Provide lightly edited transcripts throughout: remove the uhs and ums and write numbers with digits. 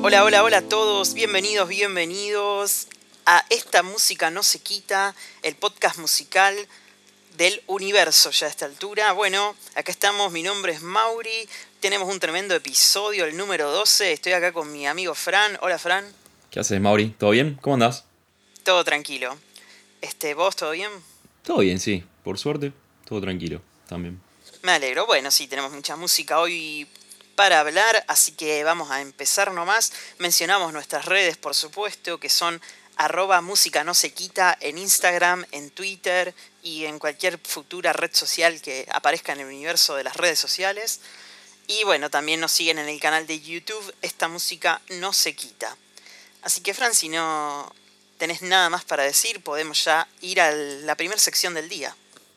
Hola, hola, hola a todos, bienvenidos a Esta Música No Se Quita, el podcast musical del universo ya a esta altura. Bueno, acá estamos, mi nombre es Mauri, tenemos un tremendo episodio, el número 12, estoy acá con mi amigo Fran. Hola Fran. ¿Qué haces, Mauri? ¿Todo bien? ¿Cómo andás? Todo tranquilo. ¿Vos todo bien? Todo bien, sí. Por suerte, todo tranquilo también. Me alegro. Bueno, sí, tenemos mucha música hoy para hablar, así que vamos a empezar nomás. Mencionamos nuestras redes, por supuesto, que son @música no se quita en Instagram, en Twitter y en cualquier futura red social que aparezca en el universo de las redes sociales. Y bueno, también nos siguen en el canal de YouTube, Esta Música No Se Quita. Así que Fran, si no tenés nada más para decir, podemos ya ir a la primera sección del día.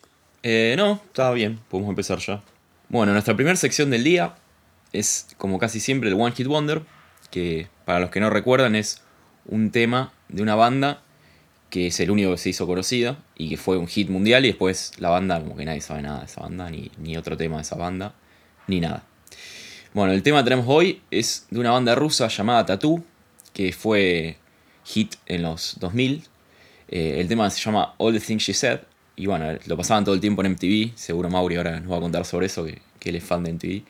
No, está bien. Podemos empezar ya. Bueno, nuestra primera sección del día es, como casi siempre, el One Hit Wonder, que para los que no recuerdan es un tema de una banda que es el único que se hizo conocida y que fue un hit mundial y después la banda como que nadie sabe nada de esa banda, ni otro tema de esa banda, ni nada. Bueno, el tema que tenemos hoy es de una banda rusa llamada Tattoo, que fue hit en los 2000. El tema se llama All the Things She Said. Y bueno, lo pasaban todo el tiempo en MTV. Seguro Mauri ahora nos va a contar sobre eso, que él es fan de MTV.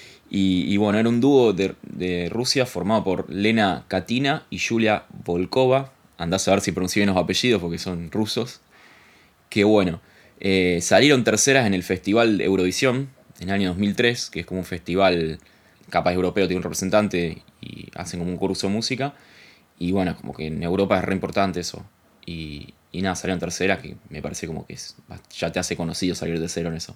Y bueno, era un dúo de Rusia formado por Lena Katina y Yulia Volkova. Andás a ver si pronuncié bien los apellidos porque son rusos. Que bueno, salieron terceras en el Festival de Eurovisión en el año 2003, que es como un festival capaz europeo, tiene un representante y hacen como un curso de música. Y bueno, como que en Europa es re importante eso. Y nada, salieron terceras, que me parece como que ya te hace conocido salir de cero en eso.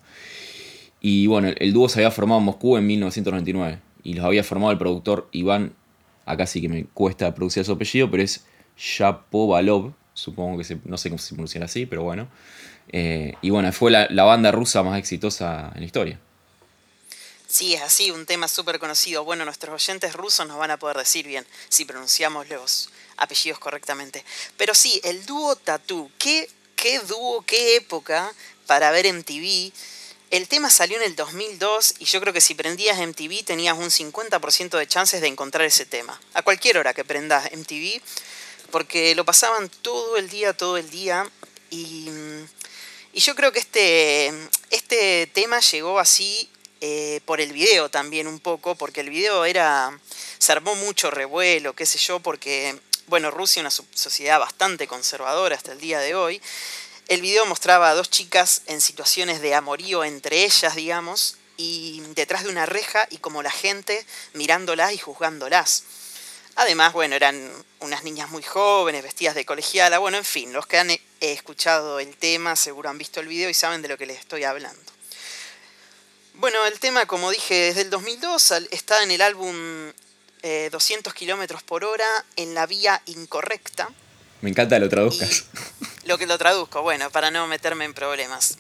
Y bueno, el dúo se había formado en Moscú en 1999. Y los había formado el productor Iván, acá sí que me cuesta pronunciar su apellido, pero es Shapovalov, supongo que no sé cómo se pronuncia así, pero bueno. Y bueno, fue la banda rusa más exitosa en la historia. Sí, es así, un tema súper conocido. Bueno, nuestros oyentes rusos nos van a poder decir bien si pronunciamos los apellidos correctamente. Pero sí, el dúo Tattoo. ¿Qué dúo, qué época para ver MTV? El tema salió en el 2002 y yo creo que si prendías MTV tenías un 50% de chances de encontrar ese tema. A cualquier hora que prendas MTV, porque lo pasaban todo el día, todo el día. Y y yo creo que este tema llegó así por el video también un poco, porque el video se armó mucho revuelo, qué sé yo, porque, bueno, Rusia es una sociedad bastante conservadora hasta el día de hoy. El video mostraba a dos chicas en situaciones de amorío entre ellas, digamos, y detrás de una reja y como la gente mirándolas y juzgándolas. Además, bueno, eran unas niñas muy jóvenes, vestidas de colegiala. Bueno, en fin, los que han escuchado el tema seguro han visto el video y saben de lo que les estoy hablando. Bueno, el tema, como dije, desde el 2002 está en el álbum 200 kilómetros por hora en la vía incorrecta. Me encanta que lo Y traduzcas. lo que lo traduzco, bueno, para no meterme en problemas.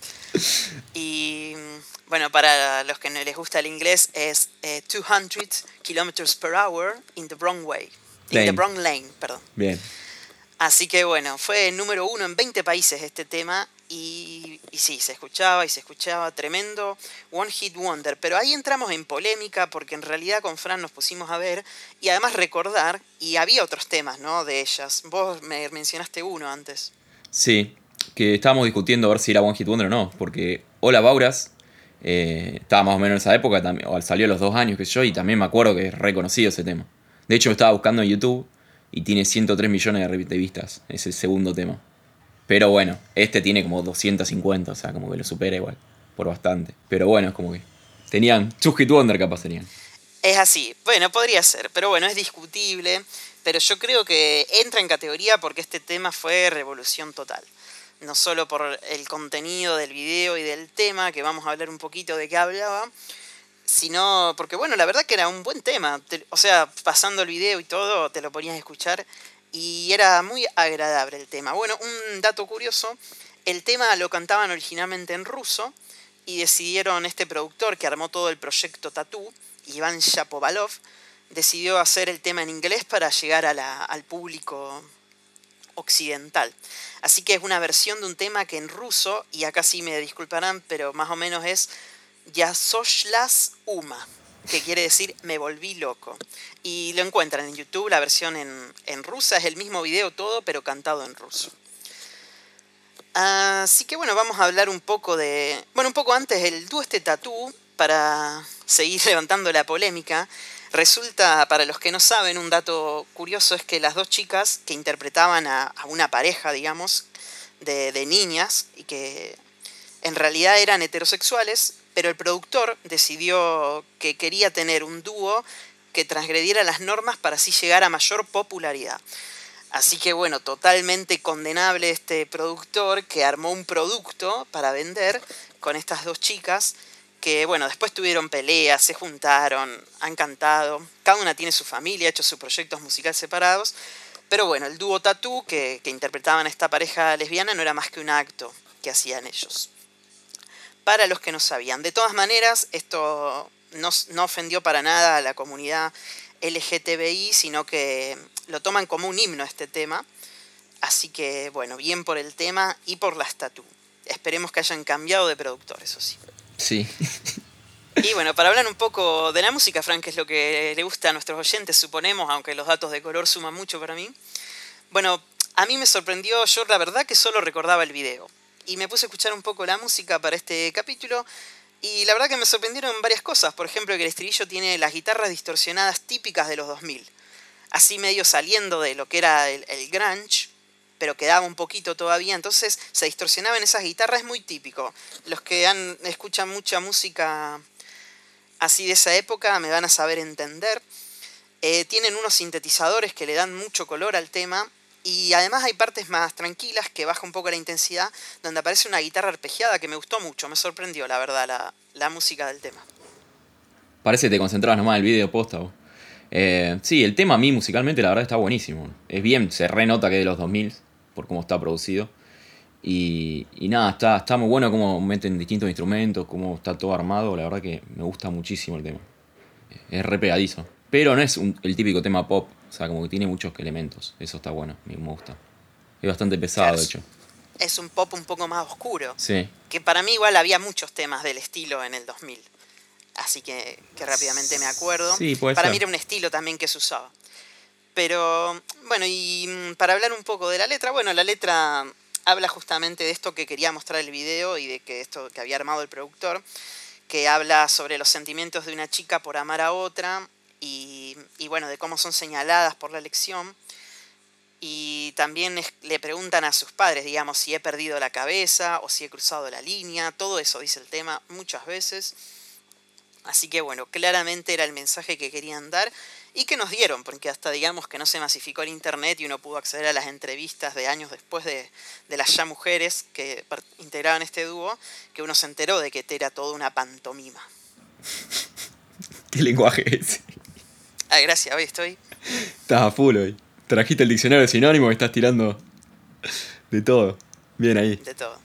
Y bueno, para los que no les gusta el inglés es 200 kilometers per hour in the wrong way. In the Lane. wrong lane, perdón. Bien. Así que bueno, fue número 1 en 20 países este tema y sí, se escuchaba, tremendo One Hit Wonder. Pero ahí entramos en polémica porque en realidad con Fran nos pusimos a ver y además recordar, y había otros temas, ¿no? De ellas. Vos me mencionaste uno antes. Sí, que estábamos discutiendo a ver si era One Hit Wonder o no, porque Hola Bauras estaba más o menos en esa época, o salió a los 2 años, que sé yo, y también me acuerdo que es reconocido ese tema. De hecho, lo estaba buscando en YouTube y tiene 103 millones de vistas, ese segundo tema. Pero bueno, este tiene como 250, o sea, como que lo supera igual, por bastante. Pero bueno, es como que tenían, Two Hit Wonder capaz tenían. Es así, bueno, podría ser, pero bueno, es discutible. Pero yo creo que entra en categoría porque este tema fue revolución total. No solo por el contenido del video y del tema, que vamos a hablar un poquito de qué hablaba, sino porque, bueno, la verdad que era un buen tema. O sea, pasando el video y todo, te lo ponías a escuchar y era muy agradable el tema. Bueno, un dato curioso, el tema lo cantaban originalmente en ruso y decidieron, este productor que armó todo el proyecto Tattoo, Iván Shapovalov, decidió hacer el tema en inglés para llegar al público occidental. Así que es una versión de un tema que en ruso, y acá sí me disculparán, pero más o menos es Ya Soshlas Uma. que quiere decir me volví loco. Y lo encuentran en YouTube, la versión en rusa, es el mismo video todo, pero cantado en ruso. Así que bueno, vamos a hablar un poco de... Bueno, un poco antes, el dúo Tatú, para seguir levantando la polémica. Resulta, para los que no saben, un dato curioso es que las dos chicas que interpretaban a una pareja, digamos, de niñas, y que en realidad eran heterosexuales, pero el productor decidió que quería tener un dúo que transgrediera las normas para así llegar a mayor popularidad. Así que bueno, totalmente condenable este productor que armó un producto para vender con estas dos chicas que bueno, después tuvieron peleas, se juntaron, han cantado, cada una tiene su familia, ha hecho sus proyectos musicales separados, pero bueno, el dúo Tatú que interpretaban a esta pareja lesbiana no era más que un acto que hacían ellos. Para los que no sabían. De todas maneras, esto no ofendió para nada a la comunidad LGTBI, sino que lo toman como un himno este tema. Así que, bueno, bien por el tema y por las Tatú. Esperemos que hayan cambiado de productor, eso sí. Sí. Y bueno, para hablar un poco de la música, Frank, que es lo que le gusta a nuestros oyentes, suponemos, aunque los datos de color suman mucho para mí. Bueno, a mí me sorprendió, yo la verdad que solo recordaba el video. Y me puse a escuchar un poco la música para este capítulo. Y la verdad que me sorprendieron varias cosas. Por ejemplo, que el estribillo tiene las guitarras distorsionadas típicas de los 2000. Así medio saliendo de lo que era el grunge, pero quedaba un poquito todavía. Entonces se distorsionaban esas guitarras, es muy típico. Los que escuchan mucha música así de esa época me van a saber entender. Tienen unos sintetizadores que le dan mucho color al tema. Y además hay partes más tranquilas que baja un poco la intensidad, donde aparece una guitarra arpegiada que me gustó mucho, me sorprendió la verdad la música del tema. Parece que te concentrabas nomás en el video posta vos. Sí, el tema a mí musicalmente la verdad está buenísimo. Es bien, se renota que es de los 2000 por cómo está producido. Y nada, está muy bueno cómo meten distintos instrumentos, cómo está todo armado. La verdad que me gusta muchísimo el tema. Es re pegadizo. Pero no es el típico tema pop. O sea, como que tiene muchos elementos. Eso está bueno, me gusta. Es bastante pesado, Claro, de hecho. es un pop un poco más oscuro. Sí. Que para mí igual había muchos temas del estilo en el 2000. Así que rápidamente me acuerdo. Sí, puede Para ser. mí era un estilo también que se usaba. Pero bueno, y para hablar un poco de la letra, bueno, la letra habla justamente de esto que quería mostrar el video y de que esto que había armado el productor, que habla sobre los sentimientos de una chica por amar a otra y bueno, de cómo son señaladas por la elección. Y también le preguntan a sus padres, digamos, si he perdido la cabeza o si he cruzado la línea. Todo eso dice el tema muchas veces. Así que bueno, claramente era el mensaje que querían dar y que nos dieron, porque hasta digamos que no se masificó el internet y uno pudo acceder a las entrevistas de años después de las ya mujeres que integraban este dúo, que uno se enteró de que era toda una pantomima. ¿Qué lenguaje es? Ah, gracias, hoy estoy... Estás a full hoy. Trajiste el diccionario de sinónimos y estás tirando de todo. Bien ahí. De todo.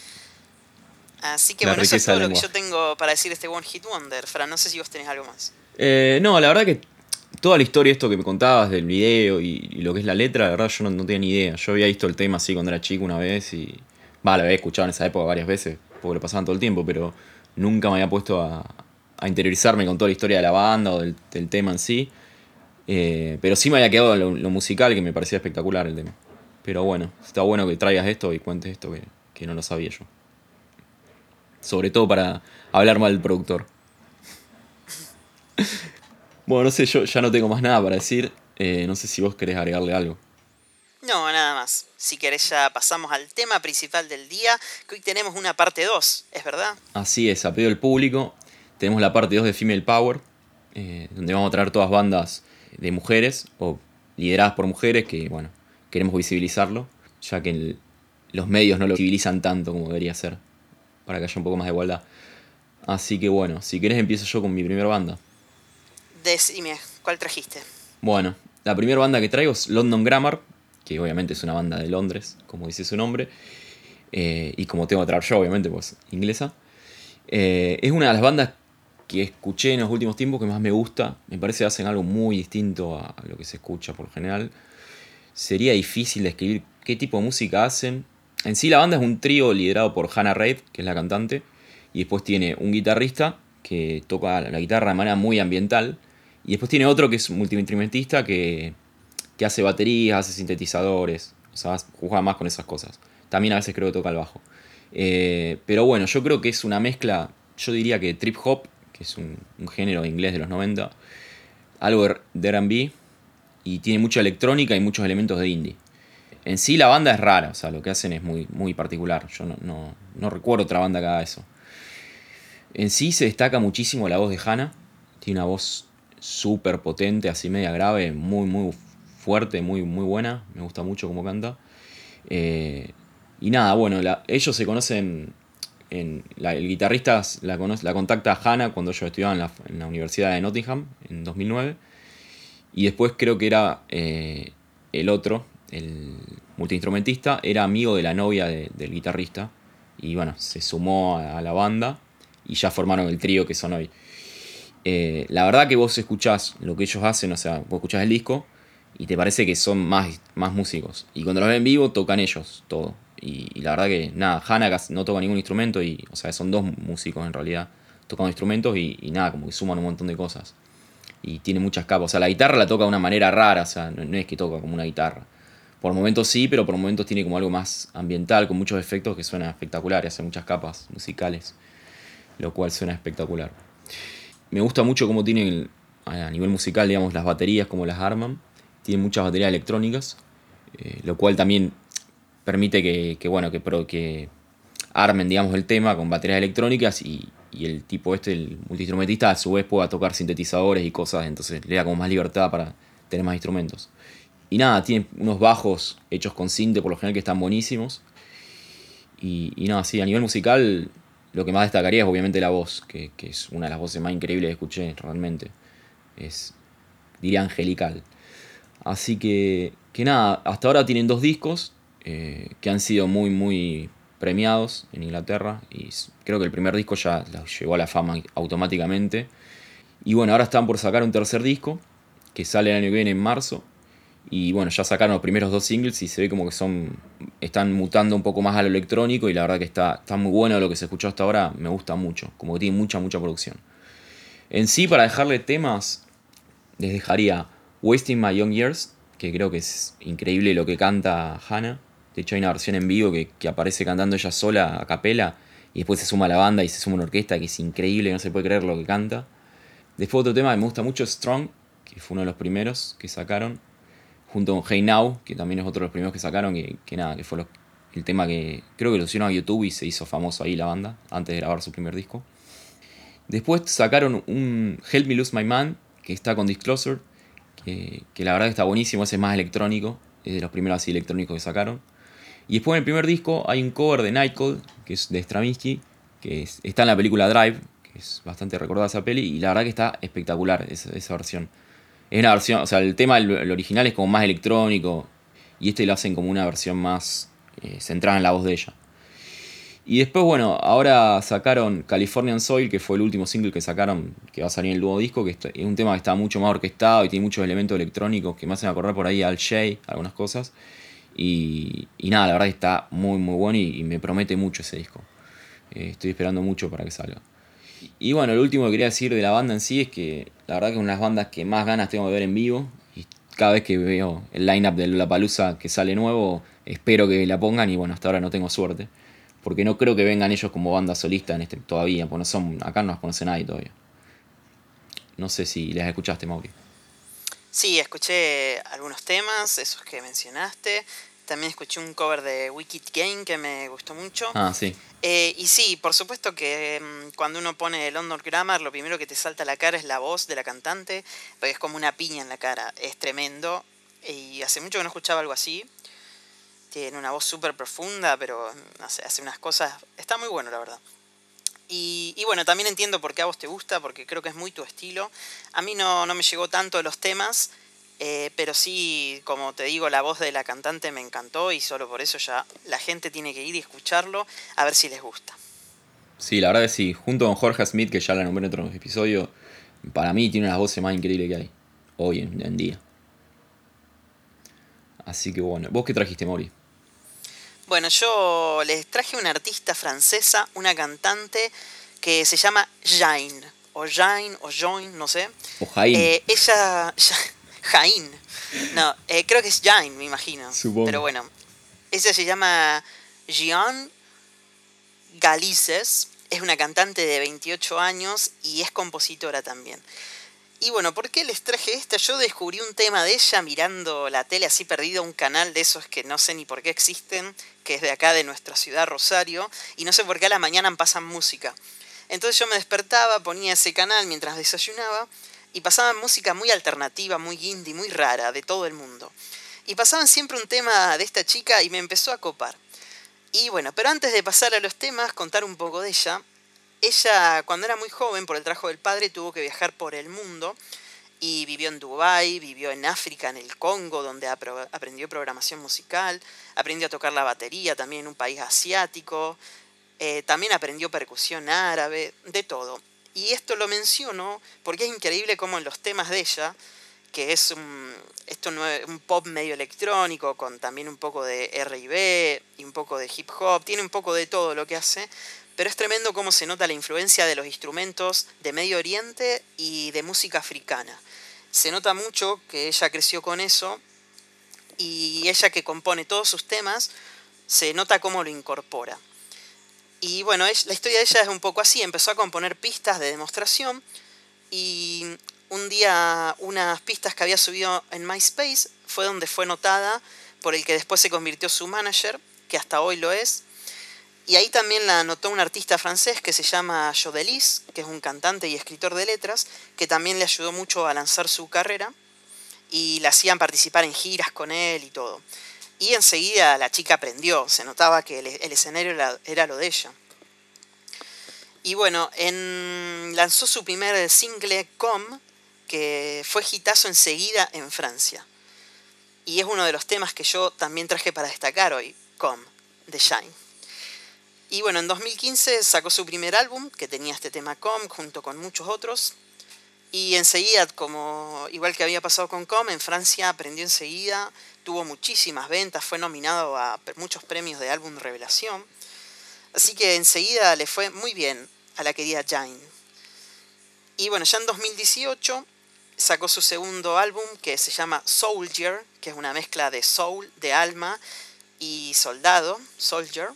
Así que La bueno, eso es riqueza todo del lo que yo lenguaje. tengo para decir de este One Hit Wonder. Fran, no sé si vos tenés algo más. No, la verdad que toda la historia, esto que me contabas del video y lo que es la letra, la verdad yo no tenía ni idea. Yo había visto el tema así cuando era chico una vez y... lo había escuchado en esa época varias veces, porque lo pasaban todo el tiempo, pero nunca me había puesto a interiorizarme con toda la historia de la banda o del tema en sí. Pero sí me había quedado lo musical, que me parecía espectacular el tema. Pero bueno, está bueno que traigas esto y cuentes esto que no lo sabía yo. Sobre todo para hablar mal del productor. Bueno, no sé, yo ya no tengo más nada para decir. No sé si vos querés agregarle algo. No, nada más. Si querés ya pasamos al tema principal del día, que hoy tenemos una parte 2, ¿es verdad? Así es, a pedido del público, tenemos la parte 2 de Female Power, donde vamos a traer todas bandas de mujeres o lideradas por mujeres que, bueno, queremos visibilizarlo, ya que los medios no lo visibilizan tanto como debería ser, para que haya un poco más de igualdad. Así que bueno, si querés empiezo yo con mi primera banda. Decime, ¿cuál trajiste? Bueno, la primera banda que traigo es London Grammar, que obviamente es una banda de Londres, como dice su nombre, y como tengo que traer yo, obviamente, pues inglesa. Es una de las bandas que escuché en los últimos tiempos que más me gusta. Me parece que hacen algo muy distinto a lo que se escucha por lo general. Sería difícil describir qué tipo de música hacen. En sí la banda es un trío liderado por Hannah Reid, que es la cantante, y después tiene un guitarrista, que toca la guitarra de manera muy ambiental. Y después tiene otro que es multiinstrumentista que hace baterías, hace sintetizadores. O sea, juega más con esas cosas. También a veces creo que toca el bajo. Pero bueno, yo creo que es una mezcla, yo diría que trip hop, que es un género inglés de los 90, algo de R&B, y tiene mucha electrónica y muchos elementos de indie. En sí la banda es rara, o sea, lo que hacen es muy, muy particular. Yo no recuerdo otra banda que haga eso. En sí se destaca muchísimo la voz de Hannah. Tiene una voz súper potente, así media grave, muy, muy fuerte, muy, muy buena. Me gusta mucho cómo canta. Y nada, bueno, ellos se conocen. El guitarrista la contacta a Hannah cuando ellos estudiaban en la Universidad de Nottingham en 2009. Y después creo que era el otro, el multiinstrumentista, era amigo de la novia del guitarrista. Y bueno, se sumó a la banda y ya formaron el trío que son hoy. La verdad que vos escuchás lo que ellos hacen, o sea, vos escuchás el disco y te parece que son más músicos. Y cuando los ven en vivo tocan ellos todo. Y la verdad que nada, Hannah no toca ningún instrumento y, o sea, son dos músicos en realidad. Tocan instrumentos y nada, como que suman un montón de cosas. Y tiene muchas capas. O sea, la guitarra la toca de una manera rara, o sea, no es que toca como una guitarra. Por momentos sí, pero por momentos tiene como algo más ambiental, con muchos efectos que suena espectacular, y hace muchas capas musicales, lo cual suena espectacular. Me gusta mucho cómo tienen a nivel musical, digamos, las baterías, cómo las arman. Tienen muchas baterías electrónicas, lo cual también permite que armen, digamos, el tema con baterías electrónicas y el tipo el multiinstrumentista, a su vez pueda tocar sintetizadores y cosas, entonces le da como más libertad para tener más instrumentos. Y nada, tiene unos bajos hechos con sinte por lo general que están buenísimos. Y nada, sí, a nivel musical lo que más destacaría es obviamente la voz, que es una de las voces más increíbles que escuché realmente. Diría angelical. Así que nada, hasta ahora tienen 2 discos que han sido muy, muy premiados en Inglaterra. Y creo que el primer disco ya los llevó a la fama automáticamente. Y bueno, ahora están por sacar un tercer disco que sale el año que viene en marzo. Y bueno, ya sacaron los primeros 2 singles y se ve como que están mutando un poco más a lo electrónico y la verdad que está muy bueno lo que se escuchó hasta ahora, me gusta mucho, como que tiene mucha producción. En sí, para dejarle temas, les dejaría Wasting My Young Years, que creo que es increíble lo que canta Hannah. De hecho hay una versión en vivo que aparece cantando ella sola a capela y después se suma a la banda y se suma una orquesta que es increíble, no se puede creer lo que canta. Después otro tema que me gusta mucho es Strong, que fue uno de los primeros que sacaron, junto con Hey Now, que también es otro de los primeros que sacaron, que fue el tema que creo que lo subieron a YouTube y se hizo famoso ahí la banda, antes de grabar su primer disco. Después sacaron un Help Me Lose My Man, que está con Disclosure, que la verdad que está buenísimo, ese es más electrónico, es de los primeros así electrónicos que sacaron. Y después en el primer disco hay un cover de Nightcall, que es de Stravinsky, está en la película Drive, que es bastante recordada esa peli, y la verdad que está espectacular esa versión. Es una versión, o sea, el tema, el original es como más electrónico, y lo hacen como una versión más centrada en la voz de ella. Y después, bueno, ahora sacaron Californian Soil, que fue el último single que sacaron, que va a salir en el nuevo disco, que es un tema que está mucho más orquestado y tiene muchos elementos electrónicos que me hacen acordar por ahí al Shay, algunas cosas. Y nada, la verdad que está muy bueno y me promete mucho ese disco. Estoy esperando mucho para que salga. Y bueno, lo último que quería decir de la banda en sí es que la verdad que es una de las bandas que más ganas tengo de ver en vivo. Y cada vez que veo el line-up de Lollapalooza que sale nuevo, espero que la pongan y bueno, hasta ahora no tengo suerte. Porque no creo que vengan ellos como banda solista todavía, porque acá no las conoce nadie todavía. No sé si les escuchaste, Mauri. Sí, escuché algunos temas, esos que mencionaste. También escuché un cover de Wicked Game que me gustó mucho. Ah, sí. Y sí, por supuesto que cuando uno pone London Grammar, lo primero que te salta a la cara es la voz de la cantante, porque es como una piña en la cara, es tremendo. Y hace mucho que no escuchaba algo así. Tiene una voz súper profunda, pero no sé, hace unas cosas... Está muy bueno, la verdad. Y bueno, también entiendo por qué a vos te gusta, porque creo que es muy tu estilo. A mí no me llegó tanto los temas, pero sí, como te digo, la voz de la cantante me encantó y solo por eso ya la gente tiene que ir y escucharlo a ver si les gusta. Sí, la verdad que sí. Junto con Jorge Smith, que ya la nombré en otro episodio, para mí tiene una de las voces más increíbles que hay hoy en día. Así que bueno, ¿vos qué trajiste, Mauri? Bueno, yo les traje una artista francesa, una cantante que se llama Jain. o Jain, o Join, no sé. O Jain. Ella, Jain, no, creo que es Jain, me imagino. Supongo. Pero bueno, ella se llama Jean Galices, es una cantante de 28 años y es compositora también. Y bueno, ¿por qué les traje esta? Yo descubrí un tema de ella mirando la tele así perdido, un canal de esos que no sé ni por qué existen, que es de acá de nuestra ciudad, Rosario, y no sé por qué a la mañana pasan música. Entonces yo me despertaba, ponía ese canal mientras desayunaba y pasaban música muy alternativa, muy indie, muy rara, de todo el mundo. Y pasaban siempre un tema de esta chica y me empezó a copar. Y bueno, pero antes de pasar a los temas, contar un poco de ella. Ella, cuando era muy joven, por el trabajo del padre, tuvo que viajar por el mundo y vivió en Dubái, vivió en África, en el Congo, donde aprendió programación musical, aprendió a tocar la batería también en un país asiático, también aprendió percusión árabe, de todo. Y esto lo menciono porque es increíble cómo en los temas de ella, que es un pop medio electrónico, con también un poco de R&B y un poco de hip hop, tiene un poco de todo lo que hace, pero es tremendo cómo se nota la influencia de los instrumentos de Medio Oriente y de música africana. Se nota mucho que ella creció con eso y ella que compone todos sus temas, se nota cómo lo incorpora. Y bueno, la historia de ella es un poco así, empezó a componer pistas de demostración y un día unas pistas que había subido en MySpace fue donde fue notada por el que después se convirtió su manager, que hasta hoy lo es. Y ahí también la notó un artista francés que se llama Jodelis, que es un cantante y escritor de letras, que también le ayudó mucho a lanzar su carrera y la hacían participar en giras con él y todo. Y enseguida la chica aprendió, se notaba que el escenario era lo de ella. Y bueno, lanzó su primer single, Com, que fue hitazo enseguida en Francia. Y es uno de los temas que yo también traje para destacar hoy, Com, de Shine. Y bueno, en 2015 sacó su primer álbum, que tenía este tema Com, junto con muchos otros. Y enseguida, igual que había pasado con Com, en Francia aprendió enseguida, tuvo muchísimas ventas, fue nominado a muchos premios de álbum revelación. Así que enseguida le fue muy bien a la querida Jane. Y bueno, ya en 2018 sacó su segundo álbum, que se llama Soldier, que es una mezcla de soul, de alma, y soldado, Soldier.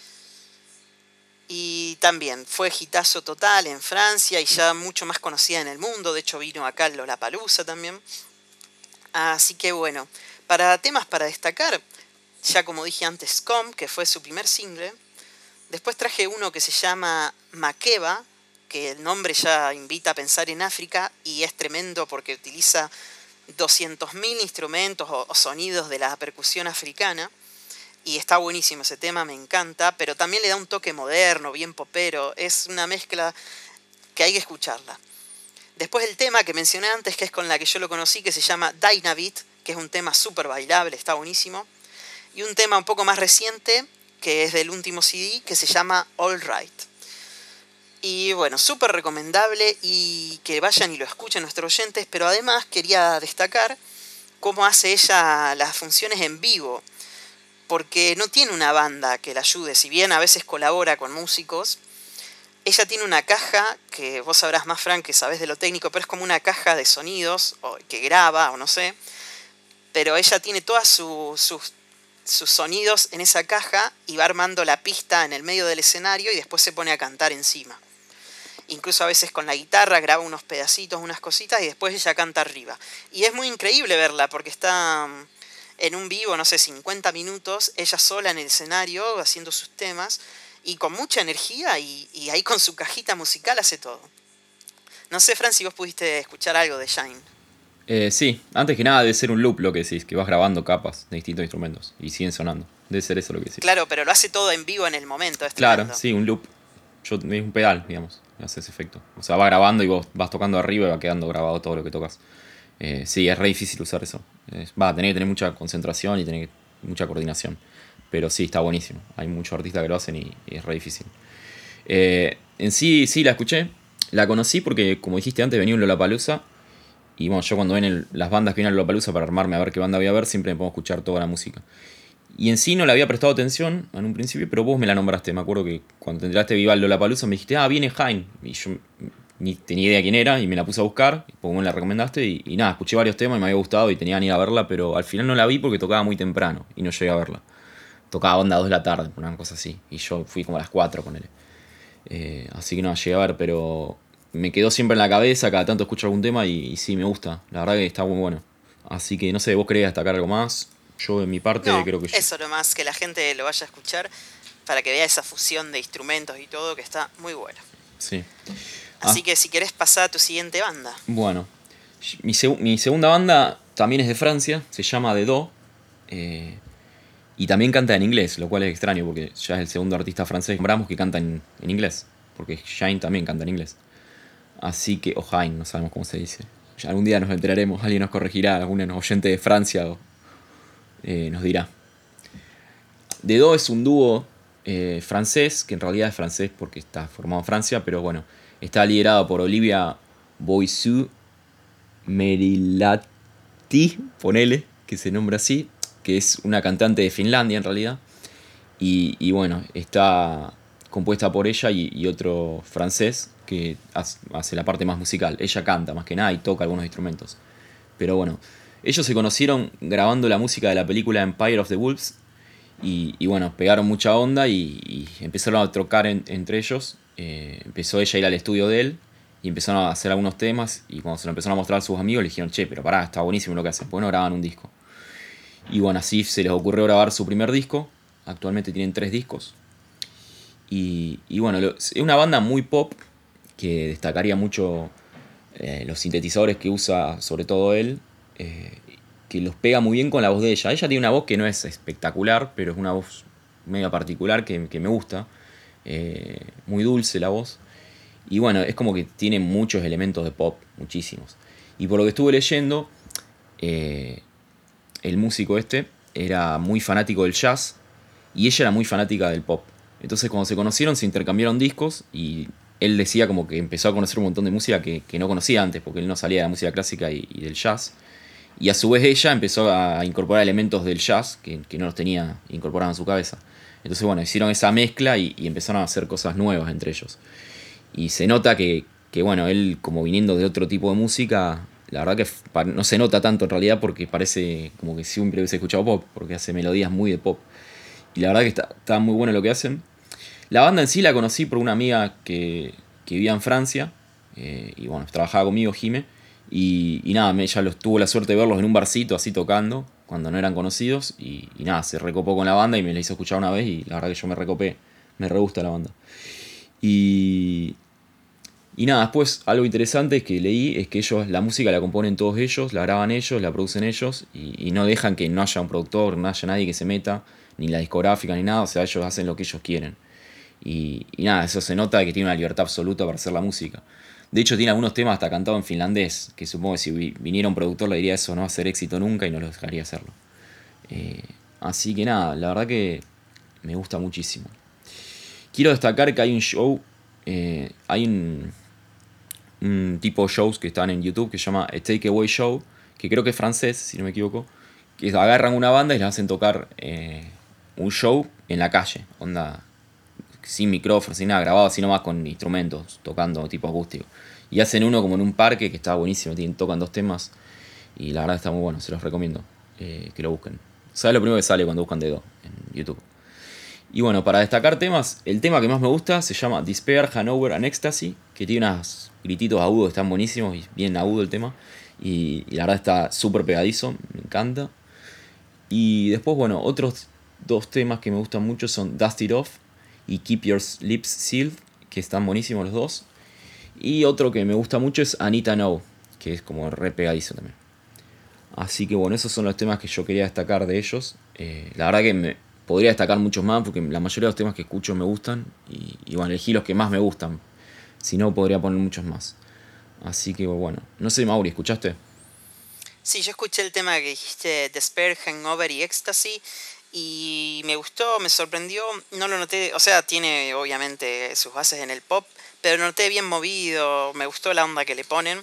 Y también fue hitazo total en Francia y ya mucho más conocida en el mundo. De hecho vino acá en Lollapalooza también. Así que bueno, para temas para destacar, ya como dije antes, Com, que fue su primer single. Después traje uno que se llama Makeba, que el nombre ya invita a pensar en África y es tremendo porque utiliza 200.000 instrumentos o sonidos de la percusión africana. Y está buenísimo ese tema, me encanta, pero también le da un toque moderno, bien popero. Es una mezcla que hay que escucharla. Después el tema que mencioné antes, que es con la que yo lo conocí, que se llama Dynamite, que es un tema súper bailable, está buenísimo. Y un tema un poco más reciente, que es del último CD, que se llama All Right. Y bueno, súper recomendable y que vayan y lo escuchen nuestros oyentes, pero además quería destacar cómo hace ella las funciones en vivo, porque no tiene una banda que la ayude, si bien a veces colabora con músicos. Ella tiene una caja, que vos sabrás más, Frank, que sabés de lo técnico, pero es como una caja de sonidos, o que graba, o no sé. Pero ella tiene todos sus sonidos en esa caja y va armando la pista en el medio del escenario y después se pone a cantar encima. Incluso a veces con la guitarra graba unos pedacitos, unas cositas y después ella canta arriba. Y es muy increíble verla porque está en un vivo, no sé, 50 minutos, ella sola en el escenario haciendo sus temas y con mucha energía y ahí con su cajita musical hace todo. No sé, Fran, si vos pudiste escuchar algo de Shine. Sí, antes que nada debe ser un loop lo que decís, que vas grabando capas de distintos instrumentos y siguen sonando. Debe ser eso lo que decís. Claro, pero lo hace todo en vivo en el momento. Es claro, tremendo. Sí, un loop. Es un pedal, digamos, hace ese efecto. O sea, va grabando y vos vas tocando arriba y va quedando grabado todo lo que tocas. Sí, es re difícil usar eso. Tenés que tener mucha concentración y tener mucha coordinación. Pero sí, está buenísimo. Hay muchos artistas que lo hacen y es re difícil. En sí la escuché. La conocí porque, como dijiste antes, venía un Lollapalooza. Y bueno, yo cuando ven las bandas que vienen a Lollapalooza para armarme a ver qué banda voy a ver, siempre me pongo a escuchar toda la música. Y en sí no le había prestado atención en un principio, pero vos me la nombraste. Me acuerdo que cuando te enteraste que iba al Lollapalooza me dijiste, viene Jaime. Y yo ni tenía idea quién era y me la puse a buscar, porque me la recomendaste y nada, escuché varios temas y me había gustado y tenía ganas de ir a verla, pero al final no la vi porque tocaba muy temprano y no llegué a verla. Tocaba onda 2 de la tarde, una cosa así, y yo fui como a las 4, ponele. Así que no, llegué a ver, pero me quedó siempre en la cabeza, cada tanto escucho algún tema y sí, me gusta, la verdad que está muy bueno. Así que no sé, ¿vos querés destacar algo más? Yo en mi parte No, creo que yo. eso nomás, que la gente lo vaya a escuchar para que vea esa fusión de instrumentos y todo, que está muy bueno. Sí. Ah, Así que si querés pasar a tu siguiente banda. bueno. Mi segunda banda también es de Francia, se llama The Do. eh, y también canta en inglés, lo cual es extraño porque ya es el segundo artista francés que nombramos que canta en inglés. Porque Shine también canta en inglés. Así que, o Jaime, no sabemos cómo se dice. Ya algún día nos enteraremos, alguien nos corregirá, algún oyente de Francia nos dirá. The Do es un dúo francés, que en realidad es francés porque está formado en Francia, pero bueno, está liderado por Olivia Boissou Merilati, ponele, que se nombra así, que es una cantante de Finlandia en realidad. Y bueno, está compuesta por ella y otro francés que hace la parte más musical. Ella canta más que nada y toca algunos instrumentos. Pero bueno, ellos se conocieron grabando la música de la película Empire of the Wolves. Y bueno, pegaron mucha onda y empezaron a trocar entre ellos. Empezó ella a ir al estudio de él y empezaron a hacer algunos temas. Y cuando se lo empezaron a mostrar a sus amigos, le dijeron, che, pero pará, está buenísimo lo que hacen. ¿Por qué no graban un disco? Y bueno, así se les ocurrió grabar su primer disco. Actualmente tienen 3 discos. Y bueno, es una banda muy pop que destacaría mucho los sintetizadores que usa, sobre todo él, que los pega muy bien con la voz de ella. Ella tiene una voz que no es espectacular, pero es una voz medio particular que me gusta. Muy dulce la voz. Y bueno, es como que tiene muchos elementos de pop, muchísimos. Y por lo que estuve leyendo, eh, el músico este era muy fanático del jazz y ella era muy fanática del pop. Entonces cuando se conocieron se intercambiaron discos y él decía como que empezó a conocer un montón de música que no conocía antes, porque él no salía de la música clásica y del jazz. Y a su vez ella empezó a incorporar elementos del jazz que no los tenía incorporados en su cabeza. Entonces bueno, hicieron esa mezcla y empezaron a hacer cosas nuevas entre ellos. Y se nota que bueno, él como viniendo de otro tipo de música, la verdad que no se nota tanto en realidad porque parece como que siempre hubiese escuchado pop, porque hace melodías muy de pop. Y la verdad que está muy bueno lo que hacen. La banda en sí la conocí por una amiga que vivía en Francia. Y bueno, trabajaba conmigo, Jime. Y nada, ella tuvo la suerte de verlos en un barcito así tocando, cuando no eran conocidos. Y nada, se recopó con la banda y me la hizo escuchar una vez. Y la verdad que yo me recopé. Me re gusta la banda. Y, y nada, después algo interesante es que leí es que ellos la música la componen todos ellos, la graban ellos, la producen ellos y no dejan que no haya un productor, no haya nadie que se meta, ni la discográfica ni nada, o sea, ellos hacen lo que ellos quieren. Y nada, eso se nota que tiene una libertad absoluta para hacer la música. De hecho, tiene algunos temas hasta cantados en finlandés, que supongo que si viniera un productor le diría eso no va a ser éxito nunca y no lo dejaría hacerlo. Eh, Así que nada, la verdad que me gusta muchísimo. Quiero destacar que hay un show, hay un tipo de shows que están en YouTube que se llama A Takeaway Show, que creo que es francés, si no me equivoco, que agarran una banda y les hacen tocar un show en la calle, onda sin micrófono, sin nada, grabado así nomás con instrumentos, tocando tipo acústico. Y hacen uno como en un parque que está buenísimo, tocan 2 temas y la verdad está muy bueno, se los recomiendo que lo busquen. ¿Sabes lo primero que sale cuando buscan Dedo en YouTube? Y bueno, para destacar temas, el tema que más me gusta se llama Despair, Hanover and Ecstasy, que tiene unos grititos agudos, están buenísimos y bien agudo el tema. Y la verdad está súper pegadizo, me encanta. Y después, bueno, otros 2 temas que me gustan mucho son Dust It Off y Keep Your Lips Sealed, que están buenísimos los dos. Y otro que me gusta mucho es Anita Know, que es como re pegadizo también. Así que bueno, esos son los temas que yo quería destacar de ellos. La verdad que podría destacar muchos más porque la mayoría de los temas que escucho me gustan. Y bueno, elegí los que más me gustan. Si no, podría poner muchos más. Así que bueno, no sé, Mauri, ¿escuchaste? Sí, yo escuché el tema que dijiste, Despair, Hangover y Ecstasy, y me gustó, me sorprendió, no lo noté, o sea, tiene obviamente sus bases en el pop, pero lo noté bien movido, me gustó la onda que le ponen,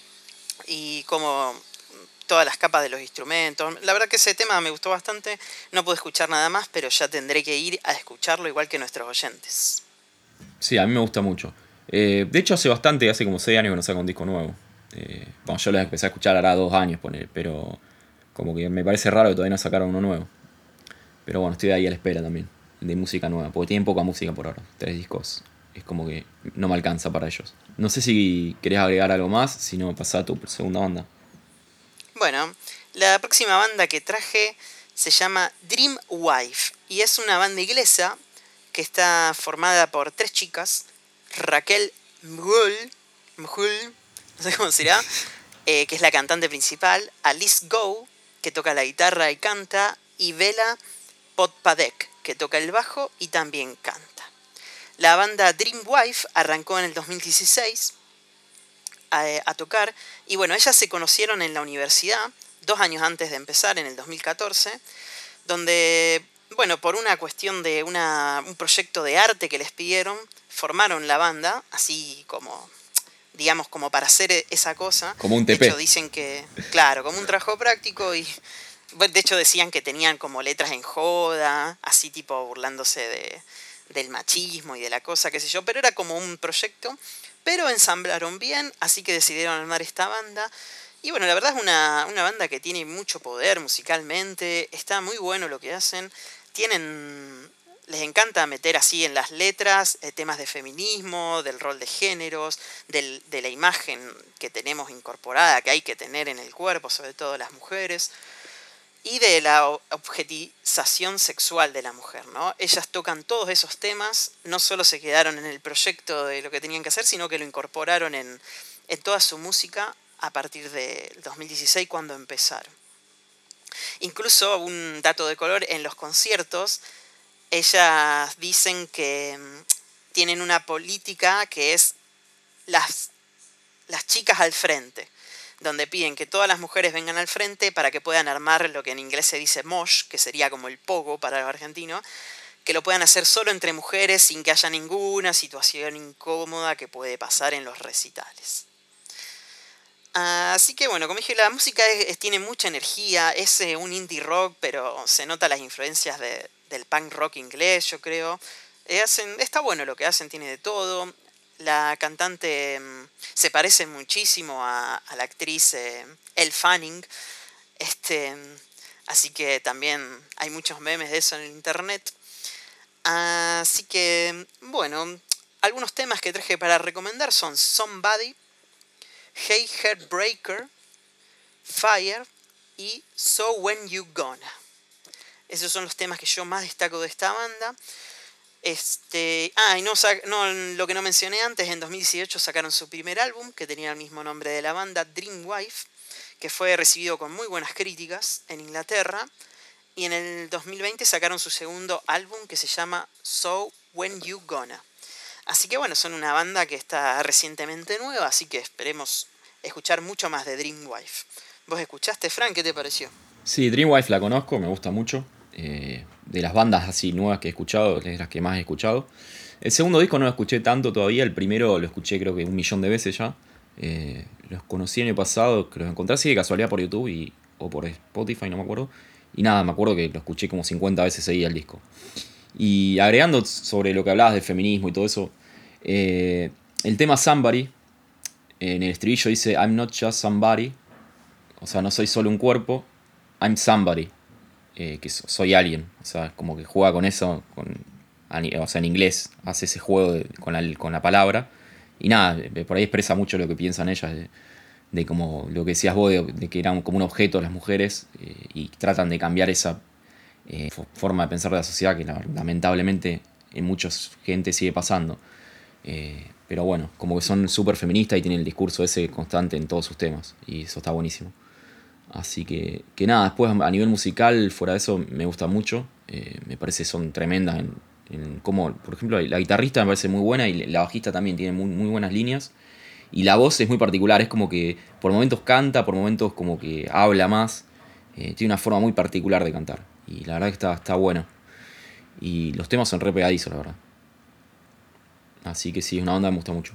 y como todas las capas de los instrumentos. La verdad que ese tema me gustó bastante, no pude escuchar nada más, pero ya tendré que ir a escucharlo igual que nuestros oyentes. Sí, a mí me gusta mucho. De hecho, hace como 6 años que no saca un disco nuevo. Bueno, yo lo empecé a escuchar hará 2 años, pero como que me parece raro que todavía no sacaron uno nuevo. Pero bueno, estoy ahí a la espera también de música nueva, porque tienen poca música por ahora. 3 discos es como que no me alcanza para ellos. No sé si querés agregar algo más, si no, pasá a tu segunda banda. Bueno, la próxima banda que traje se llama Dream Wife y es una banda inglesa que está formada por 3 chicas, Raquel Mhul, no sé cómo será, que es la cantante principal, Alice Gow, que toca la guitarra y canta, y Bella Podpadek, que toca el bajo y también canta. La banda Dream Wife arrancó en el 2016 a tocar, y bueno, ellas se conocieron en la universidad 2 años antes de empezar, en el 2014, donde, bueno, por una cuestión de un proyecto de arte que les pidieron, formaron la banda, así como, digamos, como para hacer esa cosa. Como un De TP. hecho, dicen que, claro, como un trabajo práctico, y de hecho decían que tenían como letras en joda, así tipo burlándose del machismo y de la cosa, qué sé yo, pero era como un proyecto, pero ensamblaron bien, así que decidieron armar esta banda. Y bueno, la verdad es una banda que tiene mucho poder musicalmente, está muy bueno lo que hacen, les encanta meter así en las letras temas de feminismo, del rol de géneros, de la imagen que tenemos incorporada, que hay que tener en el cuerpo, sobre todo las mujeres, y de la objetización sexual de la mujer, ¿no? Ellas tocan todos esos temas, no solo se quedaron en el proyecto de lo que tenían que hacer, sino que lo incorporaron en toda su música a partir del 2016 cuando empezaron. Incluso un dato de color, en los conciertos, ellas dicen que tienen una política que es las chicas al frente, donde piden que todas las mujeres vengan al frente para que puedan armar lo que en inglés se dice mosh, que sería como el pogo para los argentinos, que lo puedan hacer solo entre mujeres sin que haya ninguna situación incómoda que puede pasar en los recitales. Así que bueno, como dije, la música tiene mucha energía, es un indie rock, pero se nota las influencias del punk rock inglés, yo creo. Está bueno lo que hacen, tiene de todo. La cantante se parece muchísimo a la actriz Elle Fanning, este, así que también hay muchos memes de eso en el internet. Así que, bueno, algunos temas que traje para recomendar son Somebody, Hey Heartbreaker, Fire y So When You Gonna. Esos son los temas que yo más destaco de esta banda. Y lo que no mencioné antes, en 2018 sacaron su primer álbum, que tenía el mismo nombre de la banda, Dream Wife, que fue recibido con muy buenas críticas en Inglaterra. Y en el 2020 sacaron su segundo álbum, que se llama So When You Gonna. Así que bueno, son una banda que está recientemente nueva, así que esperemos escuchar mucho más de Dream Wife. ¿Vos escuchaste, Frank? ¿Qué te pareció? Sí, Dreamwife la conozco, me gusta mucho. De las bandas así nuevas que he escuchado, es de las que más he escuchado. El segundo disco no lo escuché tanto todavía, el primero lo escuché creo que 1 millón de veces ya. Los conocí el año pasado, que los encontré así de casualidad por YouTube o por Spotify, no me acuerdo. Y nada, me acuerdo que lo escuché como 50 veces seguida el disco. Y agregando sobre lo que hablabas del feminismo y todo eso, el tema Somebody, en el estribillo dice I'm not just somebody, o sea, no soy solo un cuerpo, I'm somebody, que soy alguien, o sea, como que juega con eso, o sea, en inglés hace ese juego con la palabra, y nada, por ahí expresa mucho lo que piensan ellas, de como lo que decías vos, de que eran como un objeto las mujeres, y tratan de cambiar esa forma de pensar de la sociedad que lamentablemente en mucha gente sigue pasando. Pero bueno, como que son súper feministas y tienen el discurso ese constante en todos sus temas, y eso está buenísimo. Así que nada, después a nivel musical, fuera de eso, me gusta mucho. Me parece que son tremendas en cómo, por ejemplo, la guitarrista me parece muy buena y la bajista también tiene muy, muy buenas líneas. Y la voz es muy particular, es como que por momentos canta, por momentos como que habla más. Tiene una forma muy particular de cantar. Y la verdad que está bueno. Y los temas son re pegadizos, la verdad. Así que sí, es una banda que me gusta mucho.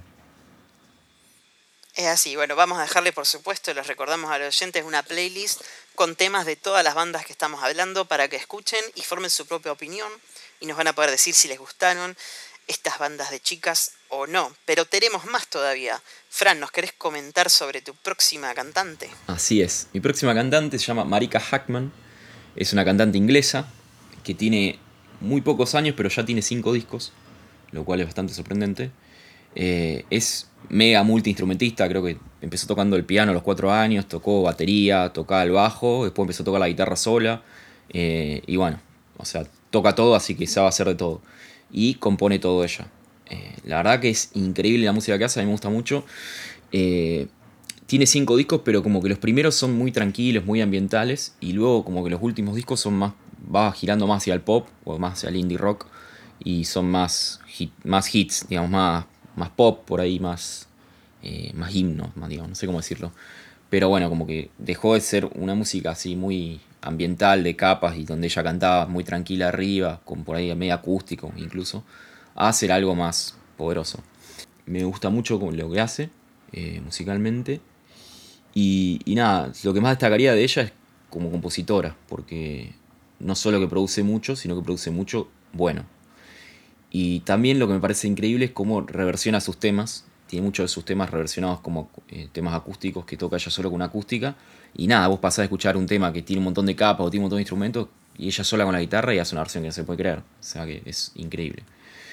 Es así, bueno, vamos a dejarle por supuesto, les recordamos a los oyentes, una playlist con temas de todas las bandas que estamos hablando para que escuchen y formen su propia opinión y nos van a poder decir si les gustaron. estas bandas de chicas o no, pero tenemos más todavía. Fran, ¿nos querés comentar sobre tu próxima cantante? Así es. Mi próxima cantante se llama Marika Hackman. Es una cantante inglesa que tiene muy pocos años, pero ya tiene 5 discos, lo cual es bastante sorprendente. Es mega multiinstrumentista, creo que empezó tocando el piano a los 4 años, tocó batería, tocaba el bajo, después empezó a tocar la guitarra sola. Y bueno, o sea, toca todo, así que sabe hacer de todo. Y compone todo ella. La verdad que es increíble la música que hace, a mí me gusta mucho. Tiene 5 discos, pero como que los primeros son muy tranquilos, muy ambientales, y luego como que los últimos discos son más, va girando más hacia el pop o más hacia el indie rock, y son más hits, digamos, más pop por ahí, más himnos, más, digamos, no sé cómo decirlo. Pero bueno, como que dejó de ser una música así muy ambiental de capas y donde ella cantaba muy tranquila arriba, con por ahí medio acústico incluso, a hacer algo más poderoso. Me gusta mucho lo que hace musicalmente. Y nada, lo que más destacaría de ella es como compositora, porque no solo que produce mucho, sino que produce mucho bueno. Y también lo que me parece increíble es cómo reversiona sus temas. Tiene muchos de sus temas reversionados como temas acústicos que toca ella solo con acústica. Y nada, vos pasás a escuchar un tema que tiene un montón de capas o tiene un montón de instrumentos y ella sola con la guitarra y hace una versión que no se puede creer. O sea que es increíble.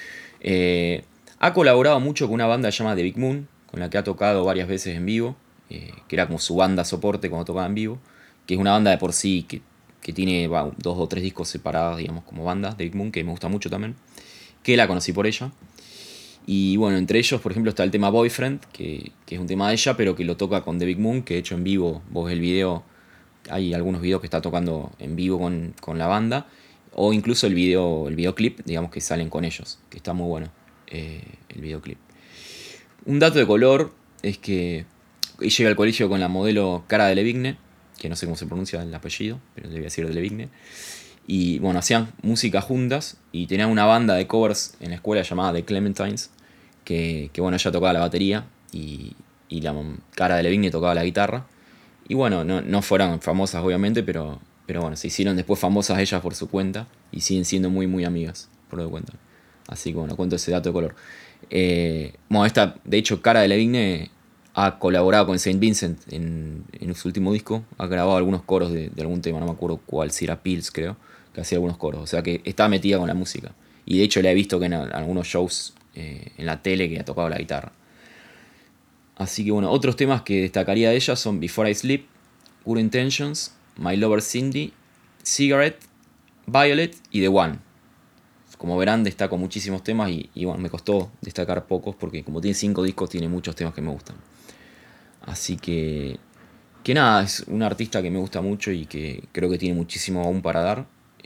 Ha colaborado mucho con una banda llamada The Big Moon, con la que ha tocado varias veces en vivo, que era como su banda soporte cuando tocaba en vivo, que es una banda de por sí que tiene 2 o 3 discos separados, digamos, como banda, The Big Moon, que me gusta mucho también, que la conocí por ella. Y bueno, entre ellos, por ejemplo, está el tema Boyfriend, que es un tema de ella, pero que lo toca con The Big Moon, que de hecho en vivo, vos ves el video, hay algunos videos que está tocando en vivo con la banda, o incluso el videoclip, digamos, que salen con ellos, que está muy bueno el videoclip. Un dato de color es que ella llega al colegio con la modelo Cara Delevingne, que no sé cómo se pronuncia el apellido, pero le voy a decir Delevingne. Y bueno, hacían música juntas y tenían una banda de covers en la escuela llamada The Clementines, que bueno, ella tocaba la batería y la Cara Delevingne tocaba la guitarra. Y bueno, no fueron famosas obviamente, pero bueno, se hicieron después famosas ellas por su cuenta y siguen siendo muy muy amigas por lo que cuentan. Así que bueno, cuento ese dato de color. Bueno, de hecho, Cara Delevingne ha colaborado con Saint Vincent en su último disco, ha grabado algunos coros de algún tema, no me acuerdo cuál, si era Pills creo, que hacía algunos coros, o sea que está metida con la música. Y de hecho le he visto que en algunos shows en la tele que ha tocado la guitarra. Así que bueno, otros temas que destacaría de ella son Before I Sleep, Good Intentions, My Lover Cindy, Cigarette, Violet y The One. Como verán, destaco muchísimos temas y bueno, me costó destacar pocos porque como tiene 5 discos, tiene muchos temas que me gustan. Así que nada, es una artista que me gusta mucho y que creo que tiene muchísimo aún para dar.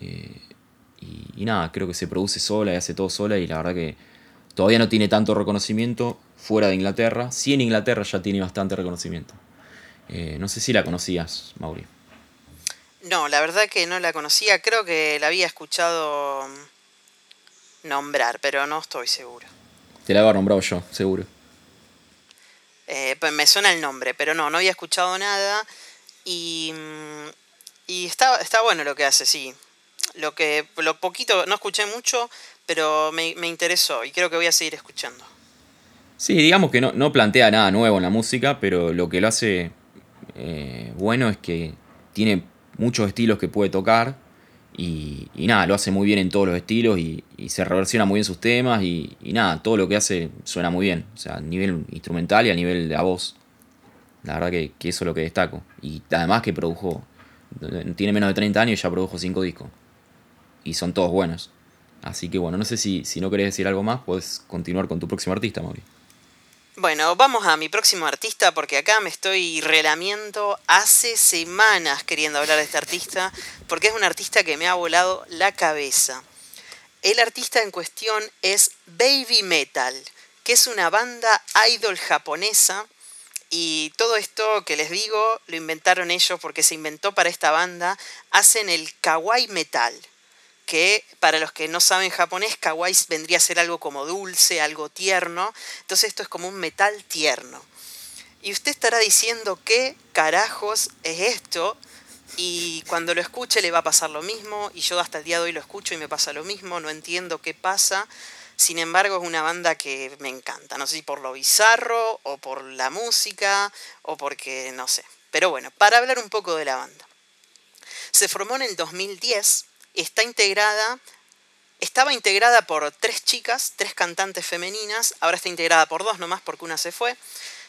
Y nada, creo que se produce sola y hace todo sola y la verdad que todavía no tiene tanto reconocimiento fuera de Inglaterra. Sí, en Inglaterra ya tiene bastante reconocimiento. No sé si la conocías, Mauri. No, la verdad que no la conocía, creo que la había escuchado nombrar, pero no estoy seguro. Te la había nombrado yo, seguro. Pues me suena el nombre, pero no había escuchado nada y, y está bueno lo que hace, sí. Lo poquito, no escuché mucho, pero me interesó y creo que voy a seguir escuchando. Sí, digamos que no plantea nada nuevo en la música, pero lo que lo hace bueno es que tiene muchos estilos que puede tocar y nada, lo hace muy bien en todos los estilos y se reversiona muy bien sus temas y nada, todo lo que hace suena muy bien, o sea, a nivel instrumental y a nivel de la voz. La verdad que eso es lo que destaco. Y además que tiene menos de 30 años y ya produjo 5 discos. Y son todos buenos. Así que bueno, no sé si no querés decir algo más, puedes continuar con tu próximo artista, Mauri. Bueno, vamos a mi próximo artista porque acá me estoy relamiendo hace semanas queriendo hablar de este artista porque es un artista que me ha volado la cabeza. El artista en cuestión es Baby Metal, que es una banda idol japonesa y todo esto que les digo lo inventaron ellos porque se inventó para esta banda. Hacen el kawaii metal, que para los que no saben japonés, kawaii vendría a ser algo como dulce, algo tierno. Entonces esto es como un metal tierno. Y usted estará diciendo, ¿qué carajos es esto? Y cuando lo escuche le va a pasar lo mismo, y yo hasta el día de hoy lo escucho y me pasa lo mismo, no entiendo qué pasa, Sin embargo, es una banda que me encanta. No sé si por lo bizarro o por la música o porque no sé. Pero bueno, para hablar un poco de la banda. Se formó en el 2010, estaba integrada por tres chicas, tres cantantes femeninas, ahora está integrada por dos nomás porque una se fue.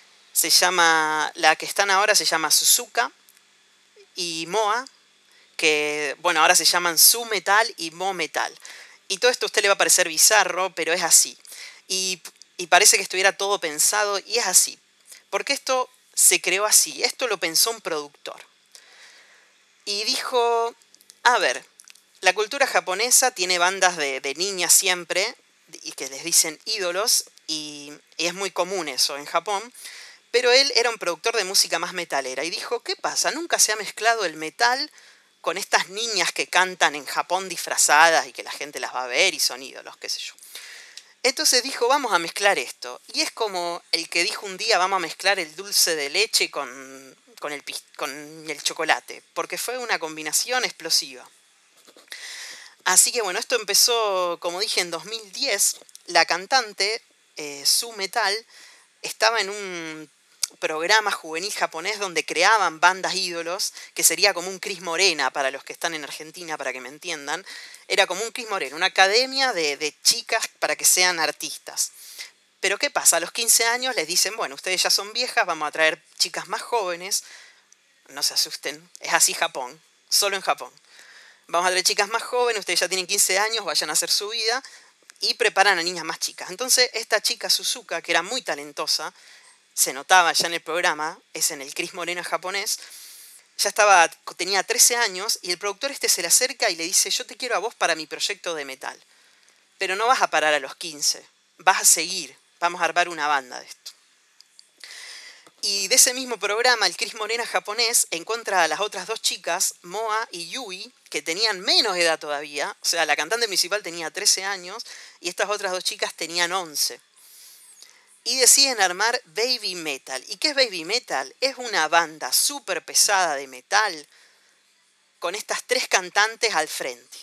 La que están ahora se llama Suzuka y Moa, que bueno, ahora se llaman Su Metal y Mo Metal. Y todo esto a usted le va a parecer bizarro, pero es así. Y parece que estuviera todo pensado, y es así. Porque esto se creó así, esto lo pensó un productor. Y dijo, a ver, la cultura japonesa tiene bandas de niñas siempre, y que les dicen ídolos, y es muy común eso en Japón. Pero él era un productor de música más metalera y dijo, ¿qué pasa? Nunca se ha mezclado el metal con estas niñas que cantan en Japón disfrazadas y que la gente las va a ver y son ídolos, qué sé yo. Entonces dijo, vamos a mezclar esto. Y es como el que dijo un día, vamos a mezclar el dulce de leche con el chocolate, porque fue una combinación explosiva. Así que bueno, esto empezó, como dije, en 2010. La cantante, Su Metal, estaba en un programa juvenil japonés donde creaban bandas ídolos, que sería como un Cris Morena para los que están en Argentina, para que me entiendan. Era como un Cris Morena, una academia de chicas para que sean artistas. Pero ¿qué pasa? A los 15 años les dicen, bueno, ustedes ya son viejas, vamos a traer chicas más jóvenes. No se asusten, es así Japón, solo en Japón. Vamos a traer chicas más jóvenes, ustedes ya tienen 15 años, vayan a hacer su vida, y preparan a niñas más chicas. Entonces esta chica Suzuka, que era muy talentosa, se notaba ya en el programa, es en el Cris Morena japonés, tenía 13 años y el productor se le acerca y le dice, yo te quiero a vos para mi proyecto de metal, pero no vas a parar a los 15, vas a seguir, vamos a armar una banda de esto. Y de ese mismo programa, el Cris Morena japonés encuentra a las otras dos chicas, Moa y Yui, que tenían menos edad todavía, o sea, la cantante principal tenía 13 años y estas otras dos chicas tenían 11. Y deciden armar Baby Metal. ¿Y qué es Baby Metal? Es una banda súper pesada de metal con estas tres cantantes al frente.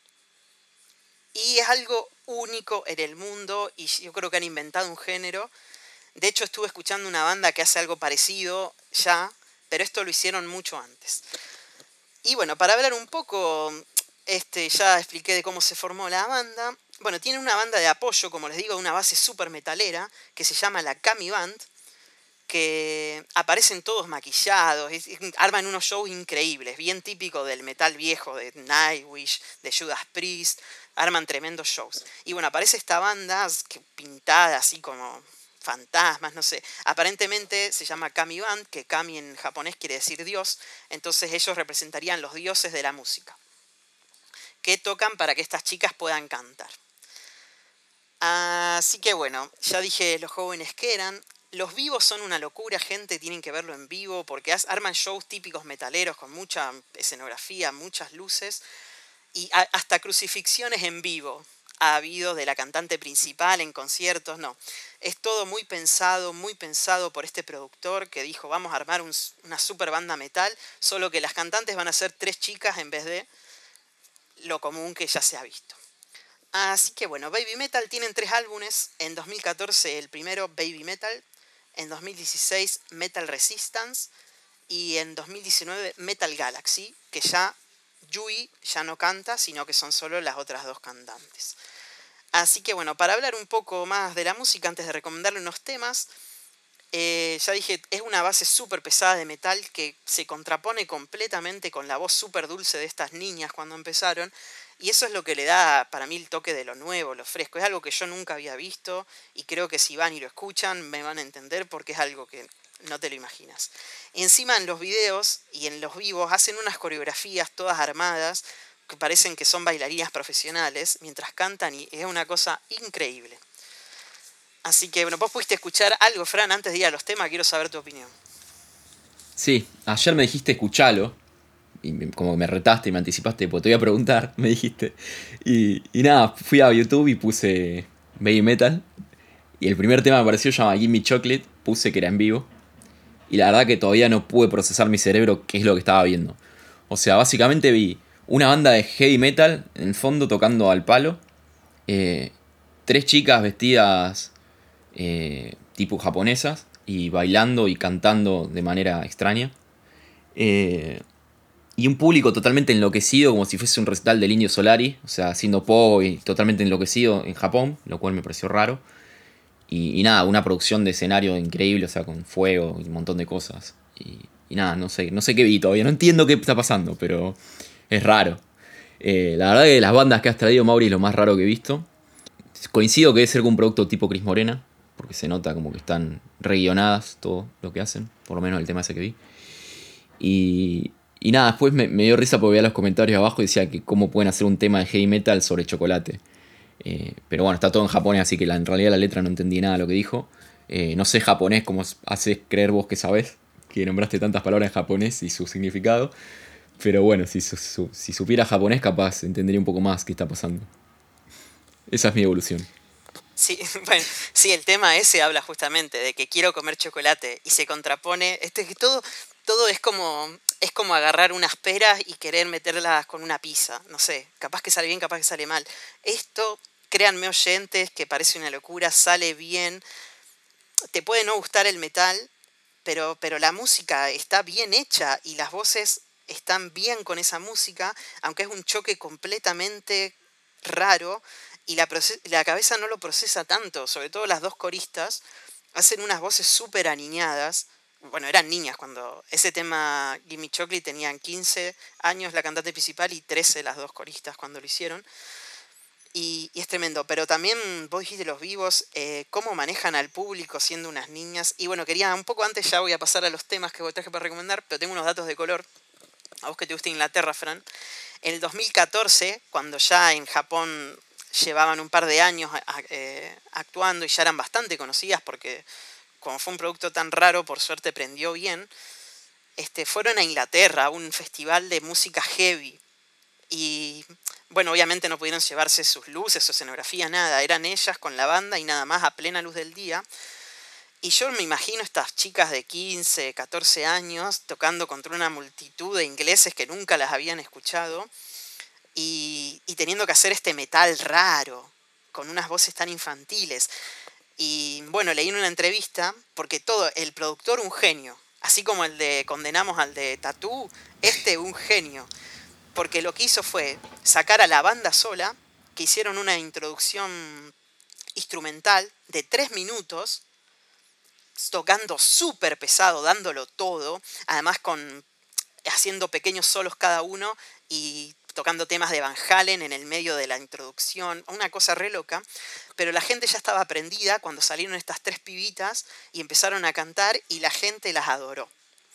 Y es algo único en el mundo y yo creo que han inventado un género. De hecho, estuve escuchando una banda que hace algo parecido ya, pero esto lo hicieron mucho antes. Y bueno, para hablar un poco, ya expliqué de cómo se formó la banda. Bueno, tiene una banda de apoyo, como les digo, de una base súper metalera, que se llama la Kami Band, que aparecen todos maquillados, arman unos shows increíbles, bien típicos del metal viejo, de Nightwish, de Judas Priest, arman tremendos shows. Y bueno, aparece esta banda pintada así como fantasmas, no sé. Aparentemente se llama Kami Band, que Kami en japonés quiere decir Dios, entonces ellos representarían los dioses de la música, que tocan para que estas chicas puedan cantar. Así que bueno, ya dije los jóvenes que eran. Los vivos son una locura, gente, tienen que verlo en vivo porque arman shows típicos metaleros con mucha escenografía, muchas luces y hasta crucifixiones en vivo ha habido de la cantante principal en conciertos, no. Es todo muy pensado por este productor que dijo vamos a armar una super banda metal, solo que las cantantes van a ser tres chicas en vez de lo común que ya se ha visto. Así que bueno, Baby Metal tienen 3 álbumes. En 2014 el primero, Baby Metal. En 2016, Metal Resistance. Y en 2019, Metal Galaxy, que ya Yui ya no canta, sino que son solo las otras dos cantantes. Así que bueno, para hablar un poco más de la música, antes de recomendarle unos temas, ya dije, es una base súper pesada de metal que se contrapone completamente con la voz súper dulce de estas niñas cuando empezaron. Y eso es lo que le da para mí el toque de lo nuevo, lo fresco. Es algo que yo nunca había visto y creo que si van y lo escuchan me van a entender porque es algo que no te lo imaginas. Encima en los videos y en los vivos hacen unas coreografías todas armadas que parecen que son bailarinas profesionales mientras cantan y es una cosa increíble. Así que bueno, vos pudiste escuchar algo, Fran, antes de ir a los temas, quiero saber tu opinión. Sí, ayer me dijiste escuchalo. Y como me retaste y me anticipaste, pues te voy a preguntar, me dijiste. Y nada, fui a YouTube y puse Baby Metal. Y el primer tema me pareció llama Gimme Chocolate. Puse que era en vivo. Y la verdad que todavía no pude procesar mi cerebro qué es lo que estaba viendo. O sea, básicamente vi una banda de heavy metal en el fondo tocando al palo. tres chicas vestidas tipo japonesas y bailando y cantando de manera extraña. Eh, y un público totalmente enloquecido, como si fuese un recital del Indio Solari, o sea, haciendo pop y totalmente enloquecido en Japón, lo cual me pareció raro. Y nada, una producción de escenario increíble, o sea, con fuego y un montón de cosas. Y nada, no sé qué vi todavía, no entiendo qué está pasando, pero es raro. La verdad que las bandas que has traído, Mauri, es lo más raro que he visto. Coincido que debe ser un producto tipo Cris Morena, porque se nota como que están reguionadas todo lo que hacen, por lo menos el tema ese que vi. Y nada, después me dio risa porque veía los comentarios abajo y decía que cómo pueden hacer un tema de heavy metal sobre chocolate. Pero bueno, está todo en japonés, así que en realidad la letra no entendí nada de lo que dijo. No sé japonés, como haces creer vos que sabés, que nombraste tantas palabras en japonés y su significado. Pero bueno, si supiera japonés, capaz entendería un poco más qué está pasando. Esa es mi evolución. Sí, bueno, sí, el tema ese habla justamente de que quiero comer chocolate y se contrapone, que todo es como agarrar unas peras y querer meterlas con una pizza, no sé, capaz que sale bien, capaz que sale mal. Esto, créanme oyentes, que parece una locura, sale bien, te puede no gustar el metal, pero la música está bien hecha y las voces están bien con esa música, aunque es un choque completamente raro y la cabeza no lo procesa tanto, sobre todo las dos coristas hacen unas voces súper aniñadas. Bueno, eran niñas cuando ese tema Gimme Chocolate tenían 15 años la cantante principal y 13 las dos coristas cuando lo hicieron. Y es tremendo, pero también vos dijiste los vivos, cómo manejan al público siendo unas niñas. Y bueno, quería un poco antes, ya voy a pasar a los temas que vos traje para recomendar, pero tengo unos datos de color. A vos que te gusta Inglaterra, Fran. En el 2014, cuando ya en Japón llevaban un par de años actuando y ya eran bastante conocidas porque como fue un producto tan raro, por suerte prendió bien, fueron a Inglaterra a un festival de música heavy. Y bueno, obviamente no pudieron llevarse sus luces, su escenografía, nada. Eran ellas con la banda y nada más a plena luz del día. Y yo me imagino estas chicas de 15, 14 años tocando contra una multitud de ingleses que nunca las habían escuchado y teniendo que hacer este metal raro, con unas voces tan infantiles. Y bueno, leí en una entrevista, porque el productor un genio, así como el de Condenamos al de Tattoo, un genio porque lo que hizo fue sacar a la banda sola, que hicieron una introducción instrumental de 3 minutos, tocando súper pesado, dándolo todo, además haciendo pequeños solos cada uno y tocando temas de Van Halen en el medio de la introducción, una cosa re loca, pero la gente ya estaba prendida cuando salieron estas tres pibitas y empezaron a cantar y la gente las adoró.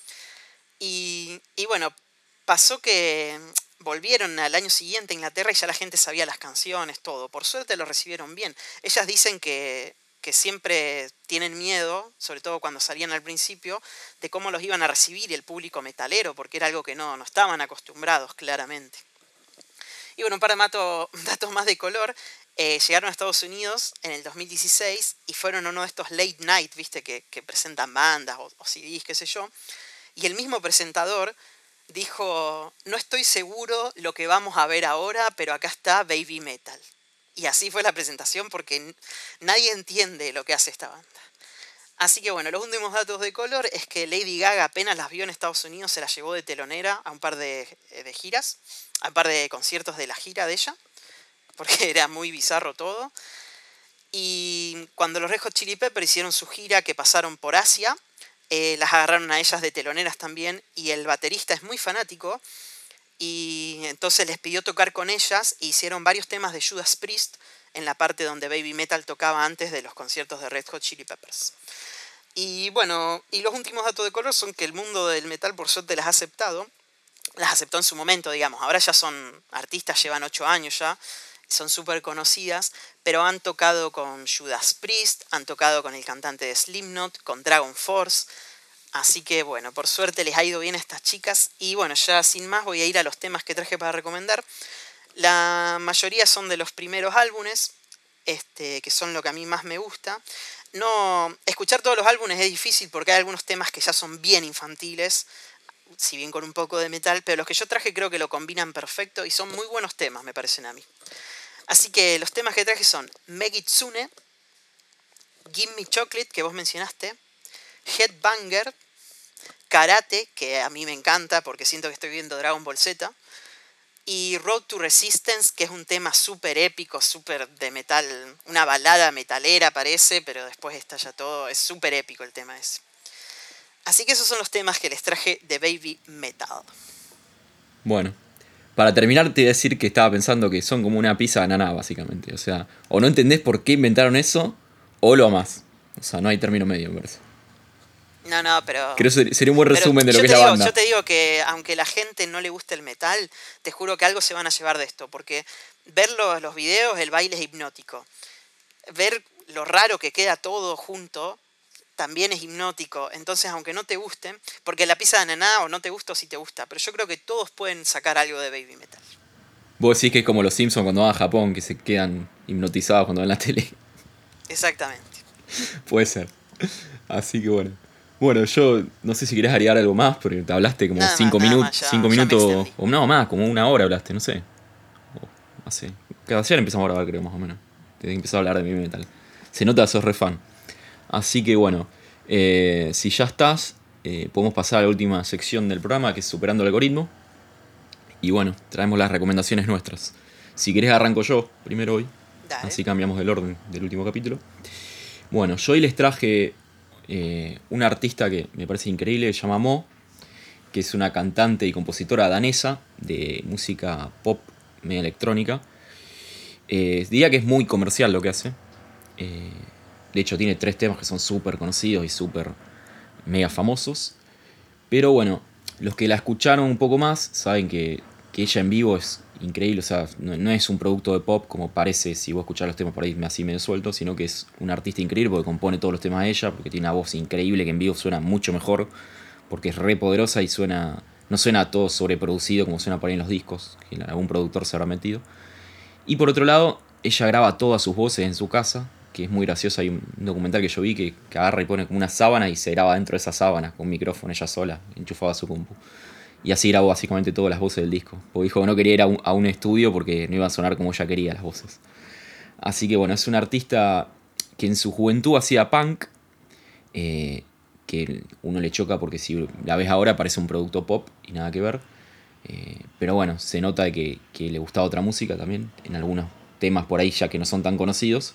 Y bueno, pasó que volvieron al año siguiente a Inglaterra y ya la gente sabía las canciones, todo. Por suerte lo recibieron bien. Ellas dicen que siempre tienen miedo, sobre todo cuando salían al principio, de cómo los iban a recibir el público metalero, porque era algo que no estaban acostumbrados, claramente. Y bueno, un par de datos más de color. Llegaron a Estados Unidos en el 2016 y fueron uno de estos late night, viste, que presentan bandas o CDs, qué sé yo. Y el mismo presentador dijo, no estoy seguro lo que vamos a ver ahora, pero acá está Baby Metal. Y así fue la presentación porque nadie entiende lo que hace esta banda. Así que bueno, los últimos datos de color es que Lady Gaga apenas las vio en Estados Unidos, se las llevó de telonera a un par de giras, a un par de conciertos de la gira de ella, porque era muy bizarro todo. Y cuando los Red Hot Chili Peppers hicieron su gira que pasaron por Asia, las agarraron a ellas de teloneras también y el baterista es muy fanático y entonces les pidió tocar con ellas e hicieron varios temas de Judas Priest en la parte donde Baby Metal tocaba antes de los conciertos de Red Hot Chili Peppers. Y bueno, y los últimos datos de color son que el mundo del metal por suerte las aceptó en su momento, digamos, ahora ya son artistas, llevan 8 años ya, son súper conocidas, pero han tocado con Judas Priest, han tocado con el cantante de Slipknot, con Dragon Force, así que bueno, por suerte les ha ido bien a estas chicas, y bueno, ya sin más voy a ir a los temas que traje para recomendar. La mayoría son de los primeros álbumes, que son lo que a mí más me gusta. No, escuchar todos los álbumes es difícil porque hay algunos temas que ya son bien infantiles, si bien con un poco de metal, pero los que yo traje creo que lo combinan perfecto y son muy buenos temas, me parecen a mí. Así que los temas que traje son Megitsune, Give Me Chocolate, que vos mencionaste, Headbanger, Karate, que a mí me encanta porque siento que estoy viendo Dragon Ball Z, y Road to Resistance, que es un tema súper épico, súper de metal, una balada metalera parece, pero después estalla todo, es súper épico el tema ese. Así que esos son los temas que les traje de Baby Metal. Bueno, para terminar te voy a decir que estaba pensando que son como una pizza de ananá, básicamente. O sea, o no entendés por qué inventaron eso, o lo amás. O sea, no hay término medio, me parece. No, pero Creo que sería un buen resumen de lo yo que es te la digo, banda. yo te digo que aunque la gente no le guste el metal, te juro que algo se van a llevar de esto, porque ver los videos, el baile es hipnótico. Ver lo raro que queda todo junto también es hipnótico. Entonces, aunque no te guste, porque la pizza de ananá o no te gusta o sí te gusta, pero yo creo que todos pueden sacar algo de Baby Metal. Vos decís que es como los Simpsons cuando van a Japón, que se quedan hipnotizados cuando ven la tele. Exactamente. Puede ser. Así que bueno. Bueno, yo no sé si querés agregar algo más, porque te hablaste como Nada más, cinco ya me minutos, extendí. o no más, como una hora hablaste, no sé. Hace. Cada ayer empezamos a grabar, creo, más o menos. Desde que empezó a hablar de mi metal. Se nota que sos re fan. Así que bueno, si ya estás, podemos pasar a la última sección del programa, que es Superando el Algoritmo. Y bueno, traemos las recomendaciones nuestras. Si querés arranco yo primero hoy, Dale. así cambiamos el orden del último capítulo. Bueno, yo hoy les traje una artista que me parece increíble, se llama Mo, que es una cantante y compositora danesa de música pop media electrónica. Diría que es muy comercial lo que hace. Eh, de hecho, tiene 3 temas que son súper conocidos y súper mega famosos. Pero bueno, los que la escucharon un poco más saben que ella en vivo es increíble. O sea, no es un producto de pop como parece si vos escuchás los temas por ahí así medio sueltos, sino que es una artista increíble porque compone todos los temas de ella, porque tiene una voz increíble que en vivo suena mucho mejor, porque es re poderosa y suena, no suena todo sobreproducido como suena por ahí en los discos, que algún productor se habrá metido. Y por otro lado, ella graba todas sus voces en su casa, que es muy gracioso. Hay un documental que yo vi que agarra y pone como una sábana y se graba dentro de esa sábana con un micrófono ella sola, enchufaba a su compu. Y así grabó básicamente todas las voces del disco. Porque dijo que no quería ir a un estudio porque no iba a sonar como ella quería las voces. Así que bueno, es una artista que en su juventud hacía punk, eh, que uno le choca porque si la ves ahora parece un producto pop y nada que ver. Pero bueno, se nota que le gustaba otra música también, en algunos temas por ahí ya que no son tan conocidos.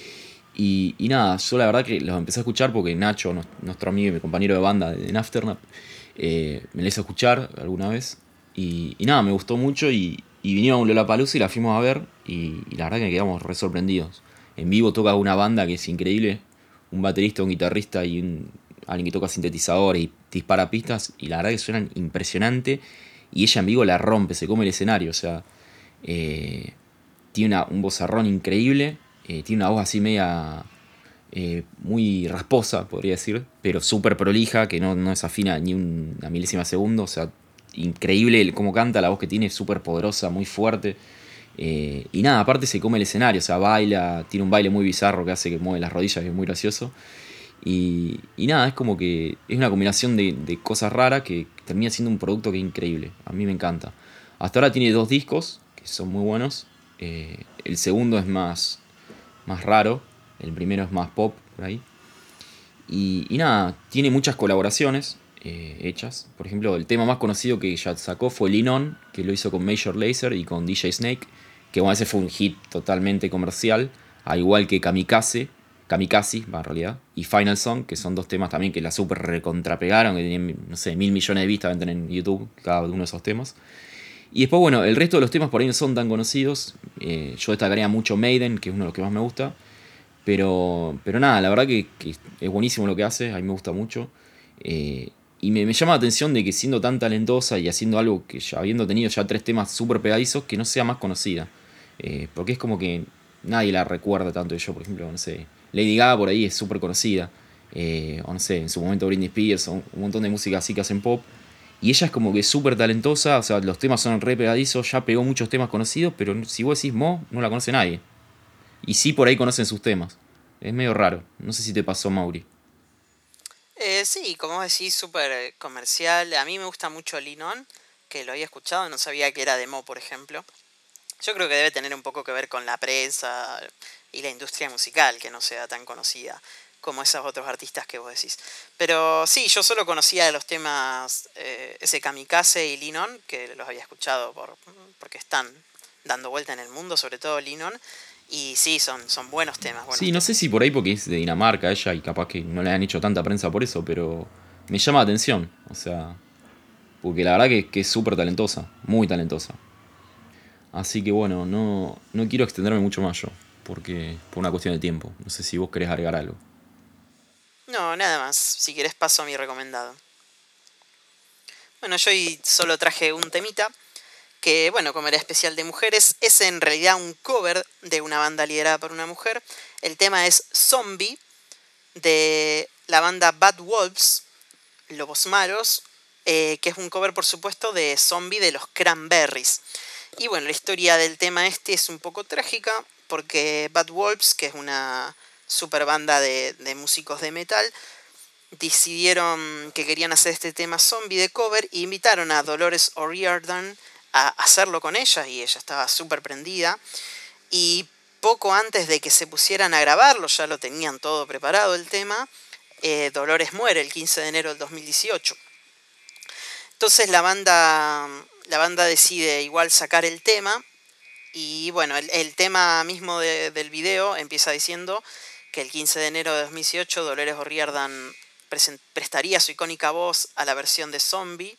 Y nada, yo la verdad que los empecé a escuchar porque Nacho, nuestro amigo y mi compañero de banda en Afternap, me lo hizo escuchar alguna vez. Y nada, me gustó mucho y vinieron a Lollapalooza y la fuimos a ver y la verdad que quedamos re sorprendidos. En vivo toca una banda que es increíble, un baterista, un guitarrista y alguien que toca sintetizadores y dispara pistas y la verdad que suenan impresionante y ella en vivo la rompe, se come el escenario, o sea, eh, tiene un vozarrón increíble, tiene una voz así media muy rasposa, podría decir, pero súper prolija, que no desafina ni una milésima de segundo, o sea, increíble cómo canta, la voz que tiene es súper poderosa, muy fuerte. Y nada, aparte se come el escenario, o sea, baila, tiene un baile muy bizarro que hace que mueve las rodillas, que es muy gracioso. Y nada, es como que es una combinación de cosas raras que termina siendo un producto que es increíble. A mí me encanta. Hasta ahora tiene 2 discos que son muy buenos. El segundo es más raro. El primero es más pop, por ahí. Y nada, tiene muchas colaboraciones hechas. Por ejemplo, el tema más conocido que ya sacó fue Lean On, que lo hizo con Major Lazer y con DJ Snake. Que bueno, ese fue un hit totalmente comercial. Al igual que Kamikaze, va en realidad, y Final Song, que son 2 temas también que la super recontrapegaron, que tienen, no sé, 1.000 millones de vistas venden en YouTube cada uno de esos temas. Y después, bueno, el resto de los temas por ahí no son tan conocidos. Yo destacaría mucho Maiden, que es uno de los que más me gusta. Pero nada, la verdad que es buenísimo lo que hace, a mí me gusta mucho. Y me llama la atención de que siendo tan talentosa y haciendo algo que ya habiendo tenido ya 3 temas súper pegadizos, que no sea más conocida. Porque es como que nadie la recuerda tanto. Yo, por ejemplo, no sé, Lady Gaga por ahí es súper conocida. O no sé, en su momento Britney Spears, o un montón de música así que hacen pop. Y ella es como que súper talentosa, o sea, los temas son re pegadizos, ya pegó muchos temas conocidos, pero si vos decís Mo, no la conoce nadie. Y sí por ahí conocen sus temas. Es medio raro. No sé si te pasó, Mauri. Sí, como vos decís, súper comercial. A mí me gusta mucho Linon, que lo había escuchado, no sabía que era de Mo, por ejemplo. Yo creo que debe tener un poco que ver con la prensa y la industria musical, que no sea tan conocida como esos otros artistas que vos decís. Pero sí, yo solo conocía los temas ese Kamikaze y Lean On, que los había escuchado porque están dando vuelta en el mundo, sobre todo Lean On. Y sí, son buenos temas. Sí, no sé si por ahí porque es de Dinamarca ella y capaz que no le han hecho tanta prensa por eso, pero me llama la atención. O sea, porque la verdad que es súper talentosa, muy talentosa. Así que bueno, no quiero extenderme mucho más yo, porque por una cuestión de tiempo. No sé si vos querés agregar algo. No, nada más. Si querés paso a mi recomendado. Bueno, yo hoy solo traje un temita que, bueno, como era especial de mujeres, es en realidad un cover de una banda liderada por una mujer. El tema es Zombie, de la banda Bad Wolves, Lobos Malos, que es un cover, por supuesto, de Zombie de los Cranberries. Y bueno, la historia del tema este es un poco trágica, porque Bad Wolves, que es una super banda de músicos de metal, decidieron que querían hacer este tema Zombie de cover e invitaron a Dolores O'Riordan a hacerlo con ella, y ella estaba súper prendida. Y poco antes de que se pusieran a grabarlo, ya lo tenían todo preparado el tema, Dolores muere el 15 de enero del 2018. Entonces la banda decide igual sacar el tema. Y bueno, el tema mismo del video empieza diciendo que el 15 de enero de 2018 Dolores O'Riordan prestaría su icónica voz a la versión de Zombie.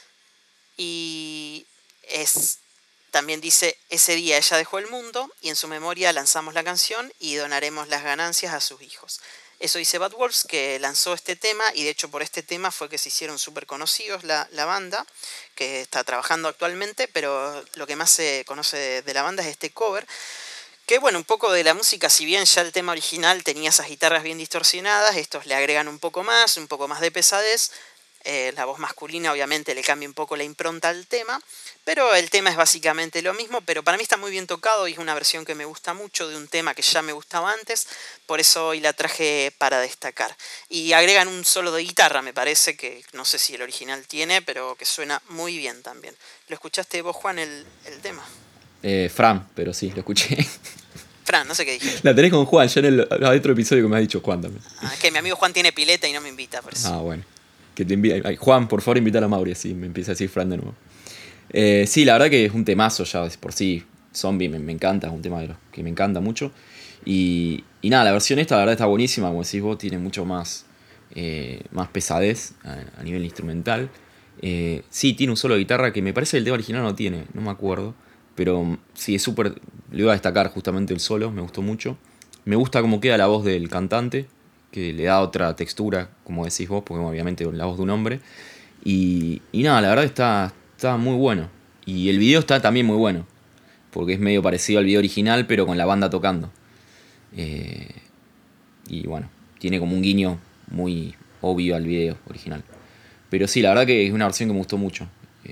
Y también dice, ese día ella dejó el mundo y en su memoria lanzamos la canción y donaremos las ganancias a sus hijos. Eso dice Bad Wolves, que lanzó este tema, y de hecho por este tema fue que se hicieron súper conocidos la banda, que está trabajando actualmente, pero lo que más se conoce de la banda es este cover. Que bueno, un poco de la música, si bien ya el tema original tenía esas guitarras bien distorsionadas, estos le agregan un poco más de pesadez. La voz masculina obviamente le cambia un poco la impronta al tema, pero el tema es básicamente lo mismo, pero para mí está muy bien tocado y es una versión que me gusta mucho de un tema que ya me gustaba antes, por eso hoy la traje para destacar. Y agregan un solo de guitarra, me parece, que no sé si el original tiene, pero que suena muy bien también. ¿Lo escuchaste vos, Juan, el tema? Fran, pero sí, lo escuché. Fran, no sé qué dije. La tenés con Juan, ya en el otro episodio que me ha dicho Juan también. Es que mi amigo Juan tiene pileta y no me invita, por eso. Ah, bueno. Que te Juan, por favor, invita a Mauri, así me empieza a decir Fran de nuevo. Sí, la verdad que es un temazo ya por sí. Zombie me encanta, es un tema de los que me encanta mucho. Y nada, la versión esta la verdad está buenísima, como decís vos, tiene mucho más pesadez a nivel instrumental. Sí, tiene un solo de guitarra que me parece que el tema original no tiene, no me acuerdo. Pero sí, es súper, le iba a destacar justamente el solo, me gustó mucho. Me gusta cómo queda la voz del cantante, que le da otra textura, como decís vos, porque obviamente la voz de un hombre. Y nada, la verdad está muy bueno. Y el video está también muy bueno, porque es medio parecido al video original, pero con la banda tocando. Y bueno, tiene como un guiño muy obvio al video original. Pero sí, la verdad que es una versión que me gustó mucho.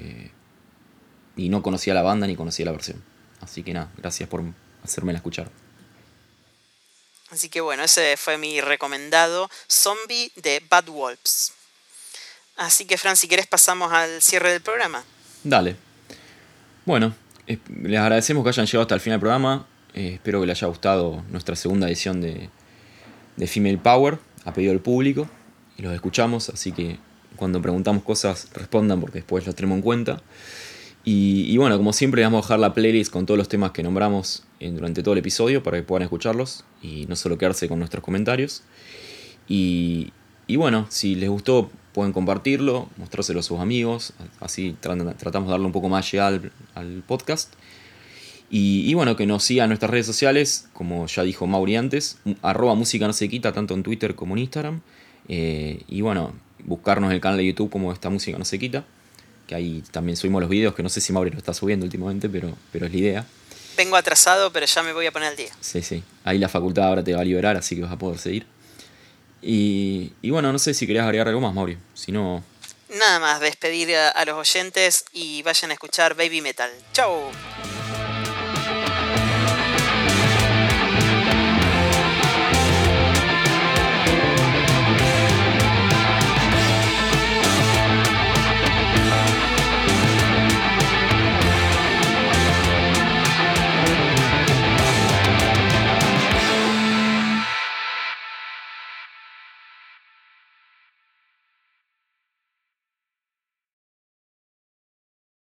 Y no conocía la banda ni conocía la versión. Así que nada, gracias por hacérmela escuchar. Así que bueno, ese fue mi recomendado, Zombie de Bad Wolves. Así que Fran, si querés pasamos al cierre del programa. Dale. Bueno, les agradecemos que hayan llegado hasta el final del programa. Espero que les haya gustado nuestra segunda edición de Female Power, a pedido del público. Y los escuchamos, así que cuando preguntamos cosas respondan porque después los tenemos en cuenta. Y bueno, como siempre, les vamos a dejar la playlist con todos los temas que nombramos durante todo el episodio para que puedan escucharlos y no solo quedarse con nuestros comentarios. Y bueno, si les gustó, pueden compartirlo, mostrárselo a sus amigos, así tratamos de darle un poco más llegada al podcast. Y bueno, que nos sigan en nuestras redes sociales, como ya dijo Mauri antes, @música no se quita, tanto en Twitter como en Instagram. Y bueno, buscarnos en el canal de YouTube como Esta Música No Se Quita, que ahí también subimos los videos, que no sé si Mauri lo está subiendo últimamente, pero es la idea. Vengo atrasado, pero ya me voy a poner al día. Sí, ahí la facultad ahora te va a liberar, así que vas a poder seguir. Y bueno, no sé si querías agregar algo más, Mauri. Si no... Nada más, despedir a los oyentes y vayan a escuchar Baby Metal. ¡Chau!